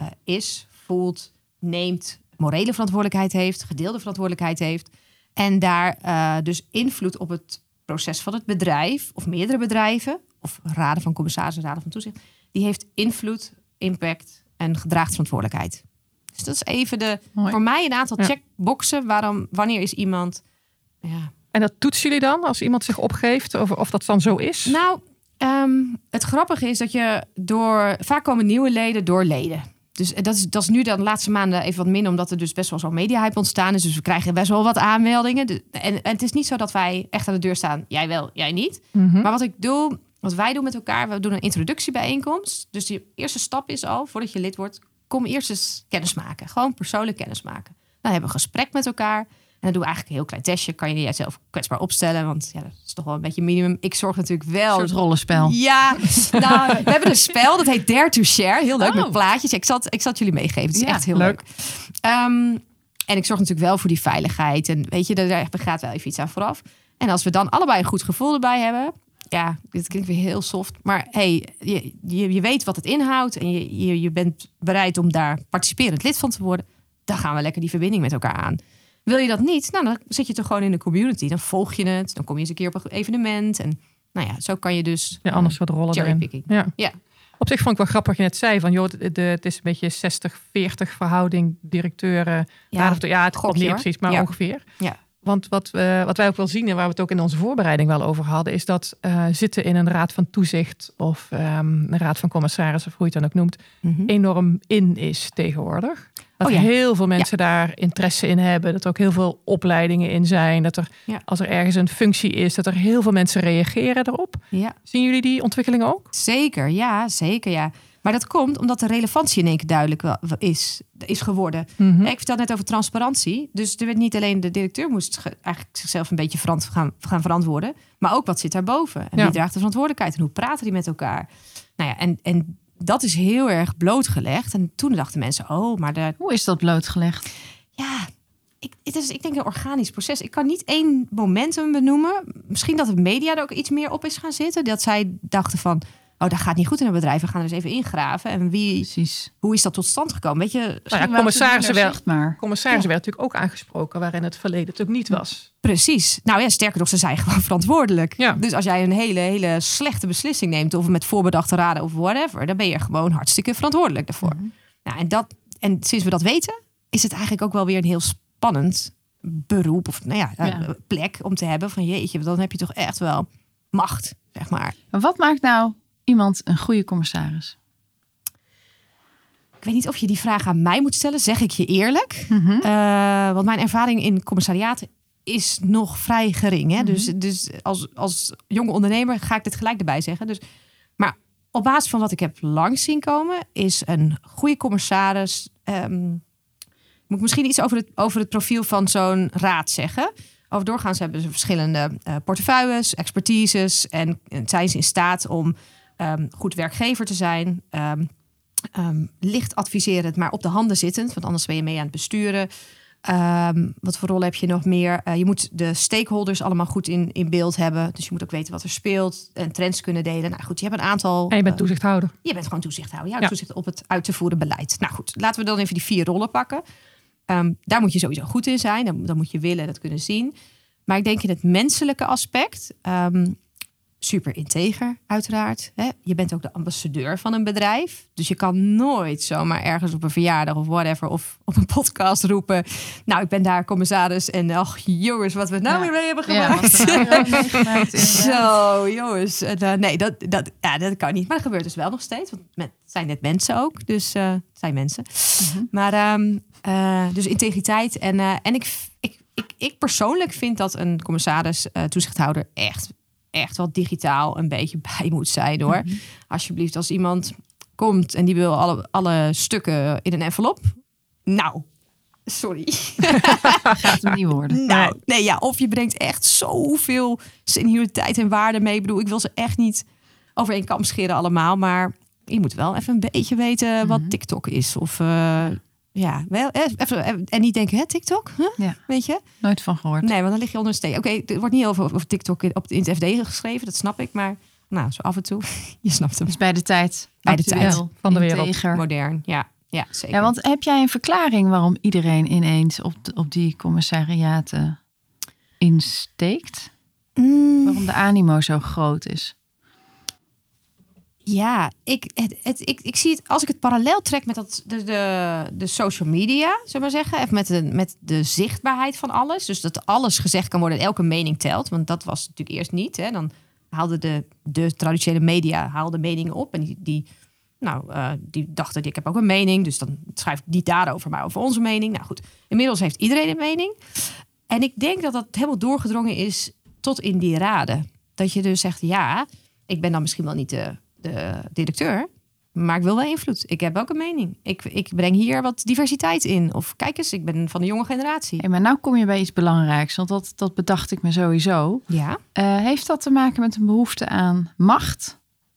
voelt, neemt, morele verantwoordelijkheid heeft, gedeelde verantwoordelijkheid heeft. En daar dus invloed op het proces van het bedrijf... of meerdere bedrijven... of raden van commissarissen, raden van toezicht... die heeft invloed, impact en gedraagt verantwoordelijkheid. Dus dat is even voor mij een aantal checkboxen. Wanneer is iemand... Ja. En dat toetsen jullie dan als iemand zich opgeeft? Of dat dan zo is? Nou, het grappige is dat je vaak komen nieuwe leden door leden... Dus dat is nu dan de laatste maanden even wat minder... omdat er dus best wel zo'n media-hype ontstaan is. Dus we krijgen best wel wat aanmeldingen. En het is niet zo dat wij echt aan de deur staan. Jij wel, jij niet. Maar wat wij doen met elkaar... we doen een introductiebijeenkomst. Dus de eerste stap is al, voordat je lid wordt... kom eerst eens kennis maken. Gewoon persoonlijk kennis maken. Dan hebben we een gesprek met elkaar... En dan doen we eigenlijk een heel klein testje. Kan je jezelf kwetsbaar opstellen? Want dat is toch wel een beetje minimum. Ik zorg natuurlijk wel... Een soort rollenspel. Ja, nou, we hebben een spel. Dat heet Dare to Share. Heel leuk met plaatjes. Ik zat jullie meegeven. Het is echt heel leuk. En ik zorg natuurlijk wel voor die veiligheid. En weet je, daar gaat wel even iets aan vooraf. En als we dan allebei een goed gevoel erbij hebben... Ja, dit klinkt weer heel soft. Maar je weet wat het inhoudt. En je bent bereid om daar participerend lid van te worden. Dan gaan we lekker die verbinding met elkaar aan. Wil je dat niet? Nou, dan zit je toch gewoon in de community. Dan volg je het. Dan kom je eens een keer op een evenement. En zo kan je dus... Ja, anders wat rollen cherrypicking. Ja. Op zich vond ik wel grappig je net zei. Van, het is een beetje 60-40 verhouding directeuren. Het klopt niet precies, maar ongeveer. Ja. Want wat wij ook wel zien en waar we het ook in onze voorbereiding wel over hadden... is dat zitten in een raad van toezicht of een raad van commissarissen... of hoe je het dan ook noemt, enorm in is tegenwoordig. Dat heel veel mensen daar interesse in hebben. Dat er ook heel veel opleidingen in zijn. Dat er, als er ergens een functie is, dat er heel veel mensen reageren daarop. Ja. Zien jullie die ontwikkeling ook? Zeker, ja. Maar dat komt omdat de relevantie in één keer duidelijk is geworden. Ik vertel net over transparantie. Dus er werd niet alleen de directeur moest eigenlijk zichzelf een beetje gaan verantwoorden. Maar ook wat zit daarboven. En wie draagt de verantwoordelijkheid? En hoe praten die met elkaar? Nou ja, en dat is heel erg blootgelegd. En toen dachten mensen, Hoe is dat blootgelegd? Ja, het is ik denk een organisch proces. Ik kan niet één momentum benoemen. Misschien dat de media er ook iets meer op is gaan zitten. Dat zij dachten van, dat gaat niet goed in een bedrijf. We gaan er eens even ingraven. En hoe is dat tot stand gekomen? Weet je, commissarissen werden natuurlijk ook aangesproken, waarin het verleden natuurlijk niet was. Precies. Nou ja, sterker nog, ze zijn gewoon verantwoordelijk. Ja. Dus als jij een hele slechte beslissing neemt, of met voorbedachte raden of whatever, dan ben je gewoon hartstikke verantwoordelijk daarvoor. Mm-hmm. Nou, en sinds we dat weten, is het eigenlijk ook wel weer een heel spannend beroep of plek om te hebben van jeetje, dan heb je toch echt wel macht, zeg maar. Maar wat maakt nou iemand een goede commissaris? Ik weet niet of je die vraag aan mij moet stellen, zeg ik je eerlijk. Mm-hmm. Want mijn ervaring in commissariaten is nog vrij gering. Hè? Mm-hmm. Dus als jonge ondernemer ga ik dit gelijk erbij zeggen. Maar op basis van wat ik heb langs zien komen, is een goede commissaris. Moet ik misschien iets over het profiel van zo'n raad zeggen. Over doorgaans hebben ze verschillende portefeuilles, expertises. En zijn ze in staat om goed werkgever te zijn. Licht adviserend, maar op de handen zittend. Want anders ben je mee aan het besturen. Wat voor rol heb je nog meer? Je moet de stakeholders allemaal goed in beeld hebben. Dus je moet ook weten wat er speelt. En trends kunnen delen. Nou goed, je hebt een aantal... En je bent toezichthouder. Je bent gewoon toezichthouder. Ja, toezicht op het uit te voeren beleid. Nou goed, laten we dan even die 4 rollen pakken. Daar moet je sowieso goed in zijn. Dan moet je willen dat kunnen zien. Maar ik denk in het menselijke aspect... super integer, uiteraard. Hè? Je bent ook de ambassadeur van een bedrijf. Dus je kan nooit zomaar ergens op een verjaardag of whatever... of op een podcast roepen... nou, ik ben daar commissaris en ach, jongens, wat we nou weer mee hebben gemaakt. Zo, jongens. Nee, dat kan niet. Maar dat gebeurt dus wel nog steeds. Want het zijn net mensen ook. Dus het zijn mensen. Mm-hmm. Maar dus integriteit. En ik persoonlijk vind dat een commissaris, toezichthouder... echt wel digitaal een beetje bij moet zijn, hoor. Mm-hmm. Alsjeblieft, als iemand komt en die wil alle stukken in een envelop. Nou, sorry. Gaat het niet worden. Nou, nee, ja, of je brengt echt zoveel senioriteit en waarde mee. Ik bedoel, ik wil ze echt niet over één kam scheren allemaal. Maar je moet wel even een beetje weten wat TikTok is. Of... ja, wel even, en niet denken, TikTok? Huh? Ja. Weet je? Nooit van gehoord. Nee, want dan lig je onder een steen. Oké, er wordt niet over TikTok in het FD geschreven, dat snap ik. Maar nou, zo af en toe, je snapt hem. Dus bij de tijd. Bij de tijd van de wereld. Integer. Modern, ja, zeker. Ja, want heb jij een verklaring waarom iedereen ineens op die commissariaten insteekt? Waarom de animo zo groot is? Ja, ik zie het als ik het parallel trek met de social media, zullen we maar zeggen. Even met de zichtbaarheid van alles. Dus dat alles gezegd kan worden en elke mening telt. Want dat was natuurlijk eerst niet. Hè. Dan haalden de traditionele media meningen op. En die dachten, ik heb ook een mening. Dus dan schrijf ik niet daarover, maar over onze mening. Nou goed, inmiddels heeft iedereen een mening. En ik denk dat helemaal doorgedrongen is tot in die raden. Dat je dus zegt, ja, ik ben dan misschien wel niet de directeur, maar ik wil wel invloed. Ik heb ook een mening. Ik breng hier wat diversiteit in. Of kijk eens, ik ben van de jonge generatie. Hey, maar nou kom je bij iets belangrijks, want dat bedacht ik me sowieso. Ja. Heeft dat te maken met een behoefte aan macht?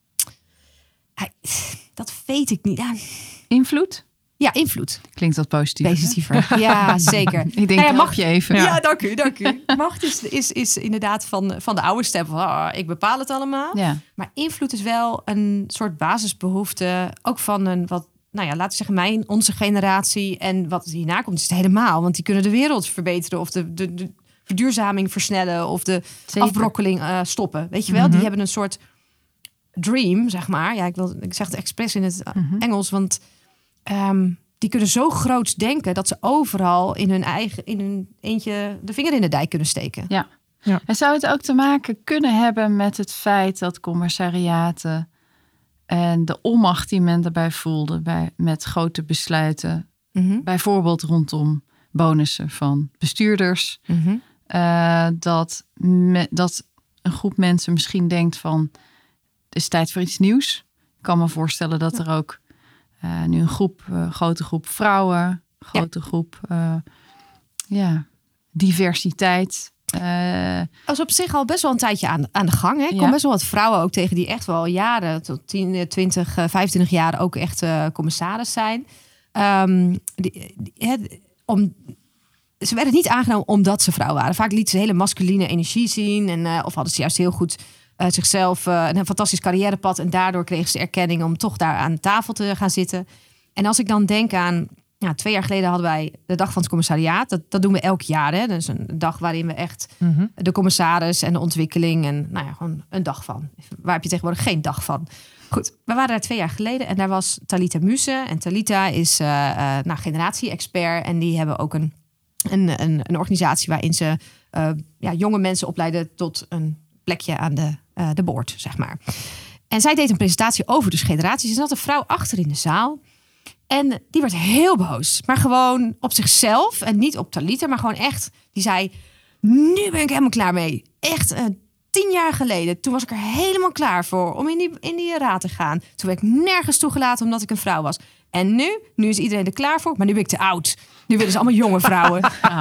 Dat weet ik niet. Invloed? Ja, invloed. Klinkt dat positiever? Ja, zeker. Ik denk, mag je even. Ja, dank u. Macht is inderdaad van de oude stem. Ik bepaal het allemaal. Ja. Maar invloed is wel een soort basisbehoefte. Ook van een wat, laten we zeggen, onze generatie. En wat hierna komt, is het helemaal. Want die kunnen de wereld verbeteren. Of de verduurzaming versnellen. Of de afbrokkeling stoppen. Weet je wel? Mm-hmm. Die hebben een soort dream, zeg maar. Ja, ik zeg het expres in het Engels, want... die kunnen zo groots denken dat ze overal in hun eentje de vinger in de dijk kunnen steken. Ja. En zou het ook te maken kunnen hebben met het feit dat commissariaten en de onmacht die men daarbij voelde met grote besluiten, bijvoorbeeld rondom bonussen van bestuurders, dat een groep mensen misschien denkt van, het is tijd voor iets nieuws. Ik kan me voorstellen dat er ook nu een grote groep vrouwen, grote groep diversiteit. Dat is op zich al best wel een tijdje aan de gang. Hè? Ik kom best wel wat vrouwen ook tegen die echt wel jaren, tot 10, 20, 25 jaar ook echt commissaris zijn. Ze werden niet aangenomen omdat ze vrouw waren. Vaak lieten ze hele masculine energie zien. Of hadden ze juist heel goed zichzelf een fantastisch carrièrepad. En daardoor kregen ze erkenning om toch daar aan tafel te gaan zitten. En als ik dan denk aan... 2 jaar geleden hadden wij de dag van het commissariaat. Dat doen we elk jaar. Hè? Dat is een dag waarin we echt de commissaris en de ontwikkeling... en gewoon een dag van. Waar heb je tegenwoordig geen dag van? Goed, we waren daar 2 jaar geleden en daar was Talita Muse. En Talita is generatie-expert. En die hebben ook een organisatie waarin ze jonge mensen opleiden... tot een plekje aan de board, zeg maar. En zij deed een presentatie over dus generaties. En er zat een vrouw achter in de zaal... En die werd heel boos. Maar gewoon op zichzelf. En niet op Talita, maar gewoon echt. Die zei, nu ben ik helemaal klaar mee. Echt 10 jaar geleden. Toen was ik er helemaal klaar voor om in die raad te gaan. Toen werd ik nergens toegelaten omdat ik een vrouw was. En nu is iedereen er klaar voor. Maar nu ben ik te oud. Nu willen ze allemaal jonge vrouwen.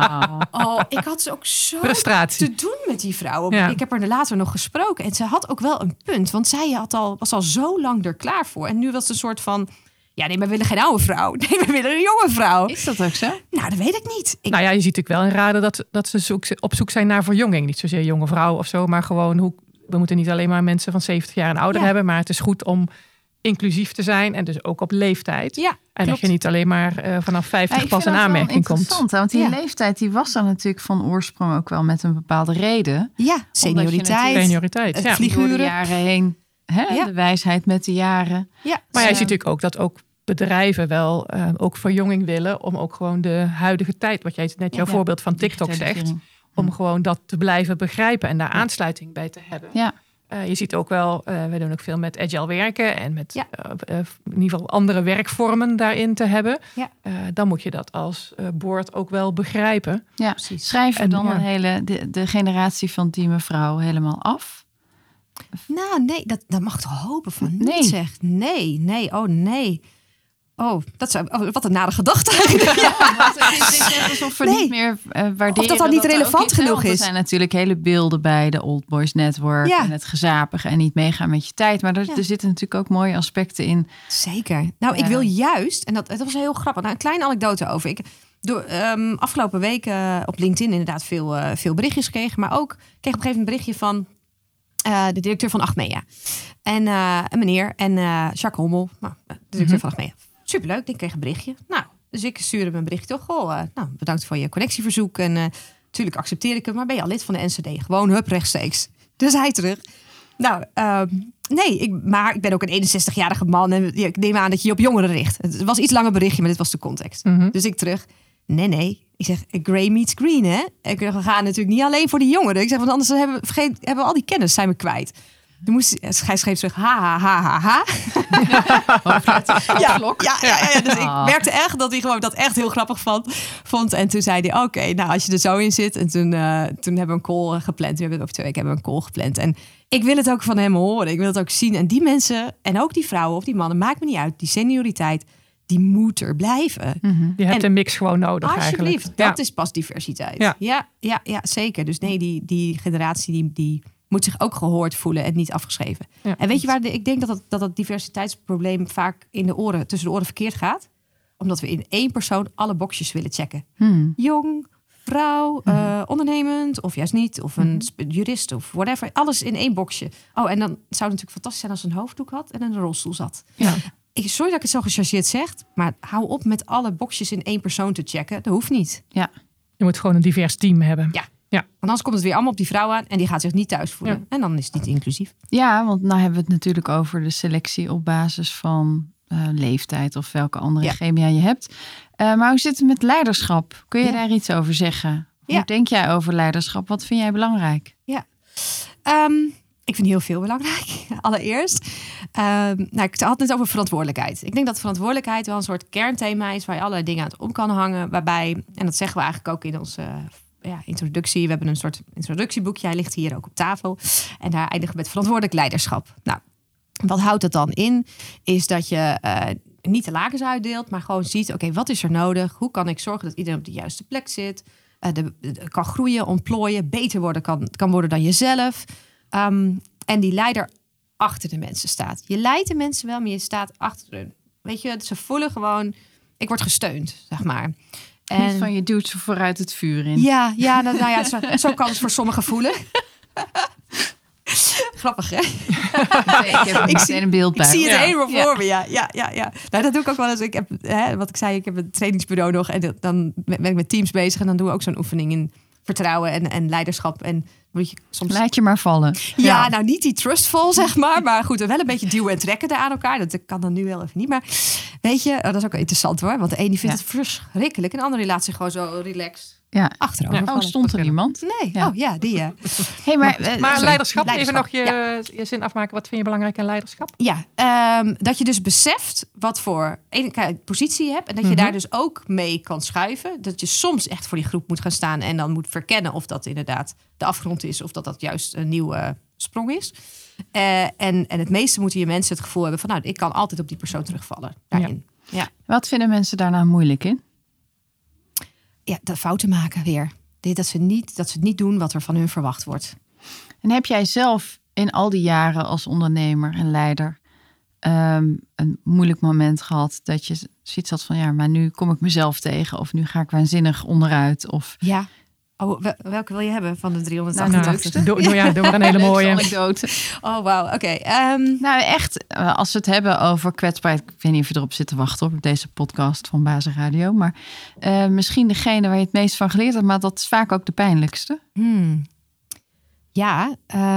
Ik had ze ook zo te doen met die vrouwen. Ja. Ik heb er later nog gesproken. En ze had ook wel een punt. Want zij was al zo lang er klaar voor. En nu was het een soort van... Ja, nee, maar we willen geen oude vrouw. Nee, we willen een jonge vrouw. Is dat ook zo? Nou, dat weet ik niet. Je ziet natuurlijk wel in raden dat ze op zoek zijn naar verjonging. Niet zozeer jonge vrouw of zo, maar gewoon we moeten niet alleen maar mensen van 70 jaar en ouder hebben. Maar het is goed om inclusief te zijn en dus ook op leeftijd. Ja, en dat je niet alleen maar vanaf 50 pas in aanmerking komt. Interessant, want die leeftijd die was dan natuurlijk van oorsprong ook wel met een bepaalde reden. Ja, senioriteit. Het vliegen door de jaren heen. De wijsheid met de jaren. Ja. Maar je ziet natuurlijk ook dat ook bedrijven wel ook verjonging willen... om ook gewoon de huidige tijd... wat jij net jouw voorbeeld van TikTok zegt... om gewoon dat te blijven begrijpen... en daar aansluiting bij te hebben. Ja. Je ziet ook wel... we doen ook veel met agile werken... en met in ieder geval andere werkvormen daarin te hebben. Ja. Dan moet je dat als board ook wel begrijpen. Ja, precies. Schrijven dan de generatie van die mevrouw helemaal af? Nou, nee, dat mag toch hopen van niet, zegt. Nee, oh nee. Wat een nare gedachte eigenlijk. Het is net alsof we niet meer waarderen. Of dat niet relevant genoeg is. Er zijn natuurlijk hele beelden bij de Old Boys Network en het gezapige en niet meegaan met je tijd. Maar er zitten natuurlijk ook mooie aspecten in. Zeker. Nou, ik wil juist, en dat was heel grappig. Nou, een kleine anekdote over. Afgelopen week op LinkedIn inderdaad veel berichtjes gekregen. Maar ook kreeg op een gegeven moment een berichtje van de directeur van Achmea. En een meneer en Jacques Hommel, de directeur van Achmea. Superleuk, ik kreeg een berichtje. Nou, dus ik stuurde hem een berichtje toch. Bedankt voor je connectieverzoek. En natuurlijk accepteer ik hem, maar ben je al lid van de NCD? Gewoon hup, rechtstreeks. Dus hij terug. Nou, nee, maar ik ben ook een 61-jarige man. En ik neem aan dat je je op jongeren richt. Het was iets langer berichtje, maar dit was de context. Dus ik terug. Nee. Ik zeg, grey meets green, hè? We gaan natuurlijk niet alleen voor die jongeren. Ik zeg, want anders hebben we al die kennis, zijn we kwijt. Hij schreef terug, ha. Dus ik merkte echt dat hij gewoon dat echt heel grappig vond. En toen zei hij, oké, nou als je er zo in zit. En toen hebben we een call gepland. We hebben over 2 weken een call gepland. En ik wil het ook van hem horen. Ik wil het ook zien. En die mensen, en ook die vrouwen of die mannen, maakt me niet uit. Die senioriteit, die moet er blijven. Je hebt een mix gewoon nodig alsjeblieft, eigenlijk. Dat is pas diversiteit. Ja, zeker. Dus nee, die generatie die moet zich ook gehoord voelen en niet afgeschreven. Ja, en weet je waar ik denk dat diversiteitsprobleem vaak tussen de oren verkeerd gaat? Omdat we in 1 persoon alle boxjes willen checken. Jong, vrouw, ondernemend of juist niet. Of een jurist of whatever. Alles in 1 boxje. Oh, en dan zou het natuurlijk fantastisch zijn als ze een hoofddoek had en in een rolstoel zat. Ja. Sorry dat ik het zo gechargeerd zeg, maar hou op met alle boxjes in 1 persoon te checken. Dat hoeft niet. Ja. Je moet gewoon een divers team hebben. Ja. Want anders komt het weer allemaal op die vrouw aan en die gaat zich niet thuis voelen. Ja. En dan is het niet inclusief. Ja, want nou hebben we het natuurlijk over de selectie op basis van leeftijd of welke andere chemia je hebt. Maar hoe zit het met leiderschap? Kun je daar iets over zeggen? Hoe denk jij over leiderschap? Wat vind jij belangrijk? Ja, ik vind heel veel belangrijk. Allereerst, ik had het net over verantwoordelijkheid. Ik denk dat verantwoordelijkheid wel een soort kernthema is waar je allerlei dingen aan het om kan hangen. Waarbij, en dat zeggen we eigenlijk ook in onze introductie. We hebben een soort introductieboekje. Hij ligt hier ook op tafel. En daar eindigen we met verantwoordelijk leiderschap. Nou, wat houdt dat dan in? Is dat je niet de lakens uitdeelt, maar gewoon ziet, oké, wat is er nodig? Hoe kan ik zorgen dat iedereen op de juiste plek zit? kan groeien, ontplooien, beter worden kan worden dan jezelf. En die leider achter de mensen staat. Je leidt de mensen wel, maar je staat achter hen. Weet je, ze voelen gewoon, ik word gesteund, zeg maar. En niet van je duwt ze vooruit het vuur in. Ja, zo kan het voor sommigen voelen. Grappig, hè? Ik zie een beeld bij. Ik zie het helemaal voor me, ja. Nou, dat doe ik ook wel eens. Ik heb, wat ik zei, ik heb een trainingsbureau nog. En dan ben ik met teams bezig. En dan doen we ook zo'n oefening in vertrouwen en leiderschap. En moet je soms... Laat je maar vallen. Ja, nou niet die trustful, zeg maar. Maar goed, wel een beetje duwen en trekken daar aan elkaar. Dat kan dan nu wel even niet. Maar weet je, dat is ook wel interessant hoor. Want de een die vindt het verschrikkelijk. En de andere laat zich gewoon zo relaxed achterover vallen. Stond er iemand? Nee, die Hey, maar leiderschap, even nog je zin afmaken. Wat vind je belangrijk in leiderschap? Ja, dat je dus beseft wat voor positie je hebt. En dat je daar dus ook mee kan schuiven. Dat je soms echt voor die groep moet gaan staan. En dan moet verkennen of dat inderdaad de afgrond is. Of dat juist een nieuwe sprong is. En het meeste moeten je mensen het gevoel hebben van... ik kan altijd op die persoon terugvallen daarin. Ja. Wat vinden mensen daar nou moeilijk in? Ja, dat fouten maken weer. Dat ze niet doen wat er van hun verwacht wordt. En heb jij zelf in al die jaren als ondernemer en leider... een moeilijk moment gehad dat je zoiets had van... maar nu kom ik mezelf tegen of nu ga ik waanzinnig onderuit? Of... Ja. Oh, welke wil je hebben van de 388? Doe maar een hele mooie anekdote. Oh, wauw. Oké. Nou, echt, als we het hebben over kwetsbaarheid... Ik weet niet of je erop zit te wachten op deze podcast van Basis Radio. Maar misschien degene waar je het meest van geleerd hebt... maar dat is vaak ook de pijnlijkste. Ja,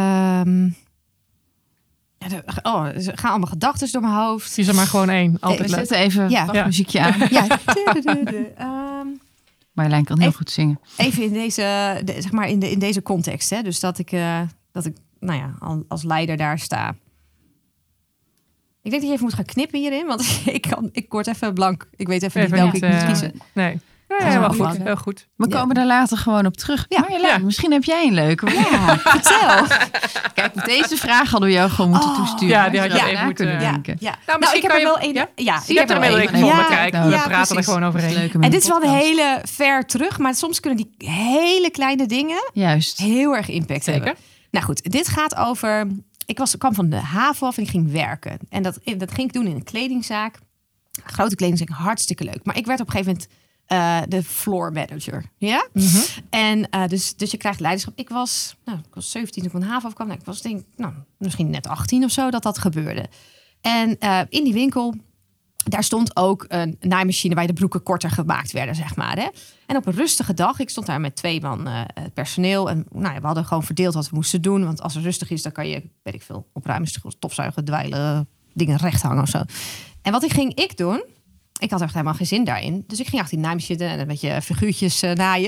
er gaan allemaal gedachten door mijn hoofd. Kies er maar gewoon één. We zetten even muziekje aan. Ja. Marjolein kan heel goed zingen. Even in deze, in deze context. Hè? Dus dat ik als leider daar sta. Ik denk dat je even moet gaan knippen hierin. Want ik word even blank. Ik weet even niet welke ik moet kiezen. Nee. Ja, heel goed. We komen er later gewoon op terug. Ja. Marjolein, misschien heb jij een leuke. Ja, vertel. Kijk, met deze vraag hadden we jou gewoon moeten toesturen. Ja, die had je even moeten denken. Ja. Nou, ik heb er wel een. Je hebt er wel een gevonden. Kijk, we praten er gewoon overheen. En dit is wel een hele ver terug. Maar soms kunnen die hele kleine dingen heel erg impact hebben. Nou goed, dit gaat over... Ik kwam van de haven af en ik ging werken. En dat ging ik doen in een kledingzaak. Een grote kledingzaak, hartstikke leuk. Maar ik werd op een gegeven moment... de floor manager. Ja? Mm-hmm. En dus je krijgt leiderschap. Ik was 17 toen ik van de haven afkwam. Ik was misschien net 18 of zo dat gebeurde. En in die winkel, daar stond ook een naaimachine waar de broeken korter gemaakt werden, zeg maar. Hè? En op een rustige dag, ik stond daar met 2 man personeel. En we hadden gewoon verdeeld wat we moesten doen. Want als het rustig is, dan kan je, weet ik veel, opruimen, stofzuigen, dweilen, dingen recht hangen of zo. En wat ging ik doen? Ik had echt helemaal geen zin daarin. Dus ik ging achter die naaimachine en een beetje figuurtjes naaien.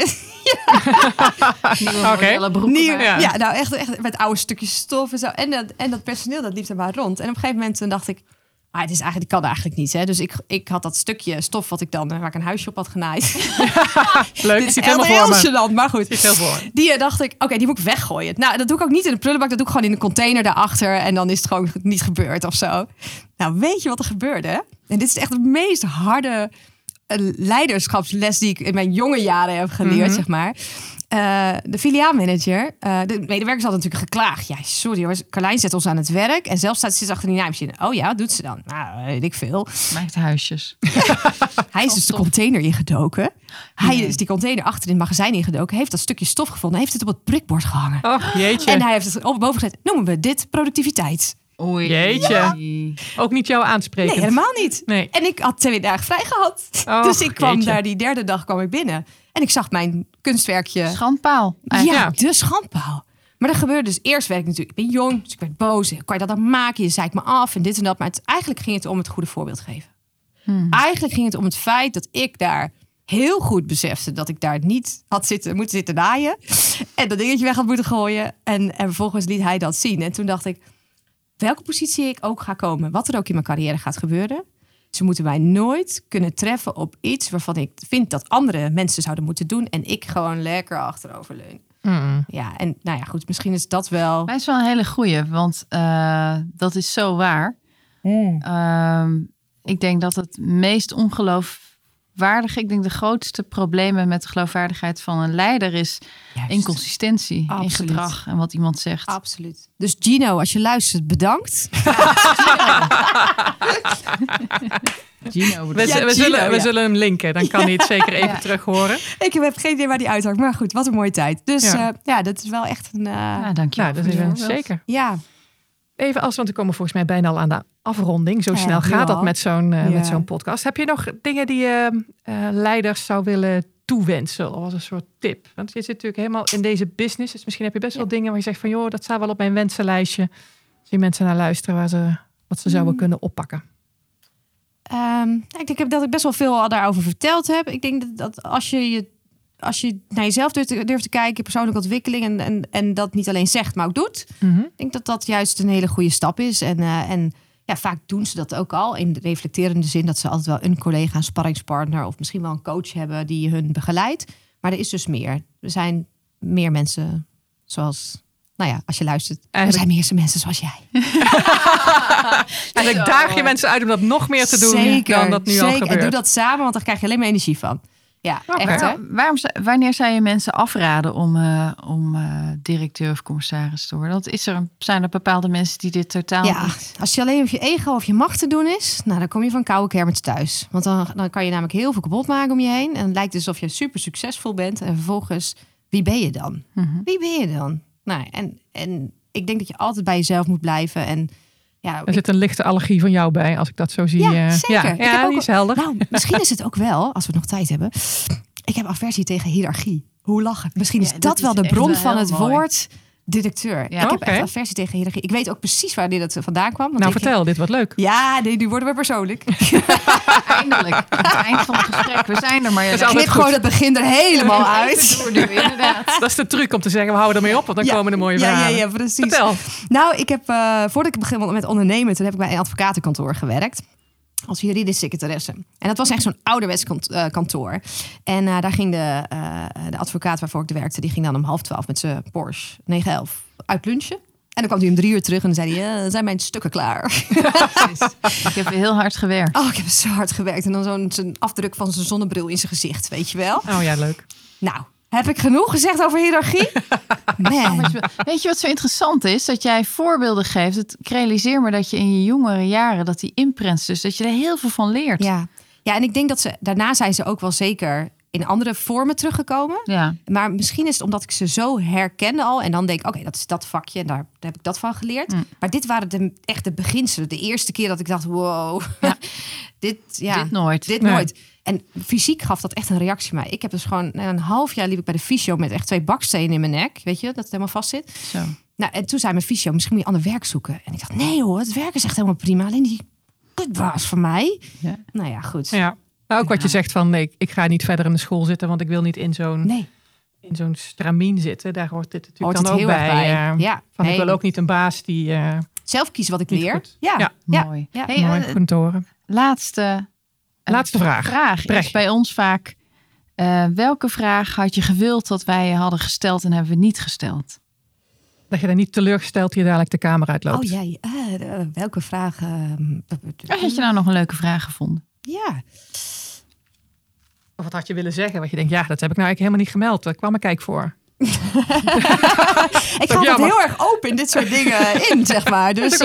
Nou echt met oude stukjes stof en zo. En dat personeel, dat liep er maar rond. En op een gegeven moment dacht ik... het kan eigenlijk niet. Hè? Dus ik had dat stukje stof waar ik een huisje op had genaaid. Leuk, dit is heel gênant, maar goed. Voor. Die dacht ik, oké, die moet ik weggooien. Nou, dat doe ik ook niet in de prullenbak. Dat doe ik gewoon in een container daarachter. En dan is het gewoon niet gebeurd of zo. Nou, weet je wat er gebeurde? En dit is echt de meest harde leiderschapsles die ik in mijn jonge jaren heb geleerd, zeg maar. De filiaalmanager, de medewerkers hadden natuurlijk geklaagd. Ja, sorry hoor, Carlijn zet ons aan het werk. En zelf staat ze achter die naaimachine. Oh ja, wat doet ze dan? Nou, weet ik veel. Maakt huisjes. Hij is dus de container ingedoken. Hij is die container achter in het magazijn ingedoken. Heeft dat stukje stof gevonden. Heeft het op het prikbord gehangen. Oh, jeetje. En hij heeft het boven gezet. Noemen we dit productiviteit. Oei. Jeetje. Ja. Ook niet jou aanspreken. Nee, helemaal niet. Nee. En ik had 2 dagen vrij gehad. Dus ik kwam daar die 3e dag kwam ik binnen. En ik zag mijn kunstwerkje. Schandpaal. Ja, de schandpaal. Maar dat gebeurde dus eerst werd ik natuurlijk. Ik ben jong, dus ik werd boos. Kan je dat dan maken? Je zei ik me af en dit en dat. Maar eigenlijk ging het om het goede voorbeeld geven. Eigenlijk ging het om het feit dat ik daar heel goed besefte dat ik daar niet had moeten zitten naaien. En dat dingetje weg had moeten gooien. En vervolgens liet hij dat zien. En toen dacht ik, welke positie ik ook ga komen, wat er ook in mijn carrière gaat gebeuren, ze moeten mij nooit kunnen treffen op iets waarvan ik vind dat andere mensen zouden moeten doen en ik gewoon lekker achteroverleun. Ja, en nou ja, goed, misschien is dat wel. Maar het is wel een hele goeie, want dat is zo waar. Ik denk dat het meest ongeloof geloofwaardige. Ik denk de grootste problemen met de geloofwaardigheid van een leider is inconsistentie in gedrag en wat iemand zegt. Absoluut. Dus Gino, als je luistert, bedankt. Gino, we zullen hem linken. Dan kan hij het zeker even terug horen. Ik heb geen idee waar die uithangt. Maar goed, wat een mooie tijd. Dus dat is wel echt een... dank je. Dat is zeker. Ja. Even want we komen volgens mij bijna al aan de afronding. Zo snel gaat dat met zo'n podcast. Heb je nog dingen die je leiders zou willen toewensen? Of als een soort tip? Want je zit natuurlijk helemaal in deze business. Dus misschien heb je best wel dingen waar je zegt van... joh, dat staat wel op mijn wensenlijstje. Als je mensen naar luisteren wat ze zouden kunnen oppakken. Ik denk dat ik best wel veel daarover verteld heb. Ik denk dat als je naar jezelf durft te kijken, persoonlijke ontwikkeling en dat niet alleen zegt, maar ook doet. Mm-hmm. Ik denk dat dat juist een hele goede stap is. En vaak doen ze dat ook al in de reflecterende zin dat ze altijd wel een collega, een sparringspartner of misschien wel een coach hebben die hun begeleidt. Maar er is dus meer. Er zijn meer mensen zoals... als je luistert, er zijn meer mensen zoals jij. Eigenlijk daag je mensen uit om dat nog meer te doen dan dat nu al gebeurt. En doe dat samen, want daar krijg je alleen maar energie van. Ja, echt hè? Wanneer zou je mensen afraden om directeur of commissaris te worden? Want zijn er bepaalde mensen die dit totaal niet... Als je alleen op je ego of je macht te doen is, dan kom je van koude kermis thuis. Want dan kan je namelijk heel veel kapot maken om je heen. En het lijkt alsof je super succesvol bent. En vervolgens, wie ben je dan? Mm-hmm. Wie ben je dan? En ik denk dat je altijd bij jezelf moet blijven. En er zit een lichte allergie van jou bij, als ik dat zo zie. Ja, zeker. Ja, die is helder. Nou, misschien is het ook wel, als we nog tijd hebben. Ik heb aversie tegen hiërarchie. Hoe lachen? Misschien is dat wel de bron van het woord directeur. Ja, ik heb echt aversie tegen hiërarchie. Ik weet ook precies waar dit vandaan kwam. Want vertel, dit wordt leuk. Ja, nu worden we persoonlijk. Eindelijk. Het eind van het gesprek. We zijn er maar. Knip gewoon het begin er helemaal uit. Inderdaad. Dat is de truc om te zeggen, we houden ermee op, want dan komen er mooie verhalen. Ja, precies. Vertel. Nou, ik heb, voordat ik begon met ondernemen, toen heb ik bij een advocatenkantoor gewerkt. Als juridische secretaresse. En dat was echt zo'n ouderwets kantoor. En daar ging de advocaat waarvoor ik werkte, die ging dan om 11:30 met zijn Porsche 911 uit lunchen. En dan kwam hij om 3 uur terug en dan zei hij, zijn mijn stukken klaar? Ik heb heel hard gewerkt. Oh, ik heb zo hard gewerkt. En dan zo'n afdruk van zijn zonnebril in zijn gezicht, weet je wel? Oh ja, leuk. Nou, heb ik genoeg gezegd over hiërarchie? Man. Weet je wat zo interessant is? Dat jij voorbeelden geeft. Ik realiseer me dat je in je jongere jaren, dat die imprints, dus dat je er heel veel van leert. Ja, en ik denk dat daarna zijn ze ook wel zeker in andere vormen teruggekomen. Ja. Maar misschien is het omdat ik ze zo herkende al. En dan denk ik, oké, dat is dat vakje. En daar heb ik dat van geleerd. Mm. Maar dit waren echt de beginselen. De eerste keer dat ik dacht, wow. Ja. dit nooit. En fysiek gaf dat echt een reactie mij. Ik heb dus gewoon een half jaar liep ik bij de fysio met echt 2 bakstenen in mijn nek. Weet je, dat het helemaal vast zit. Zo. Nou, en toen zei mijn fysio, misschien moet je ander werk zoeken. En ik dacht, nee hoor, het werk is echt helemaal prima. Alleen die kutbaas van mij. Ja. Nou ja, goed. Ja. Nou, ook wat je zegt van, nee, ik ga niet verder in de school zitten, want ik wil niet in zo'n stramien zitten. Daar hoort dit natuurlijk dan ook bij. Ik wil ook niet een baas die... zelf kiezen wat ik leer. Goed. Ja, mooi. Ja. Hey, mooi, goed te horen. Laatste vraag is bij ons vaak, welke vraag had je gewild dat wij hadden gesteld en hebben we niet gesteld? Dat je daar niet teleurgesteld hier dadelijk de kamer uitloopt. Oh jij, welke vraag? Had je nou nog een leuke vraag gevonden? Ja. Of wat had je willen zeggen? Wat je denkt, dat heb ik nou eigenlijk helemaal niet gemeld. Daar kwam ik kijk voor. Ik ga altijd heel erg open in dit soort dingen in, zeg maar. Dus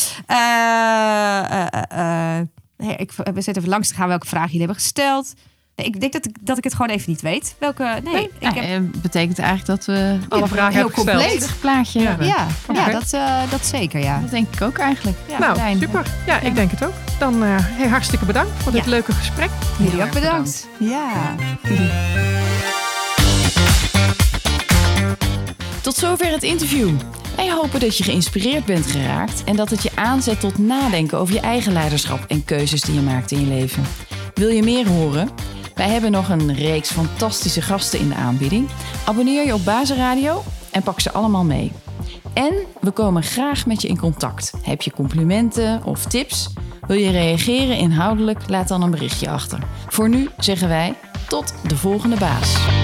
we zitten even langs te gaan welke vragen jullie hebben gesteld. Nee, ik denk dat ik het gewoon even niet weet. Welke? Betekent eigenlijk dat we alle vragen heel compleet plaatje hebben. Ja, dat zeker. Ja. Dat denk ik ook eigenlijk. Ja, nou, super. Ja, ik denk het ook. Dan hartstikke bedankt voor dit leuke gesprek. Jullie ook bedankt. Ja. Tot zover het interview. Wij hopen dat je geïnspireerd bent geraakt en dat het je aanzet tot nadenken over je eigen leiderschap en keuzes die je maakt in je leven. Wil je meer horen? Wij hebben nog een reeks fantastische gasten in de aanbieding. Abonneer je op Bazenradio en pak ze allemaal mee. En we komen graag met je in contact. Heb je complimenten of tips? Wil je reageren inhoudelijk? Laat dan een berichtje achter. Voor nu zeggen wij tot de volgende baas.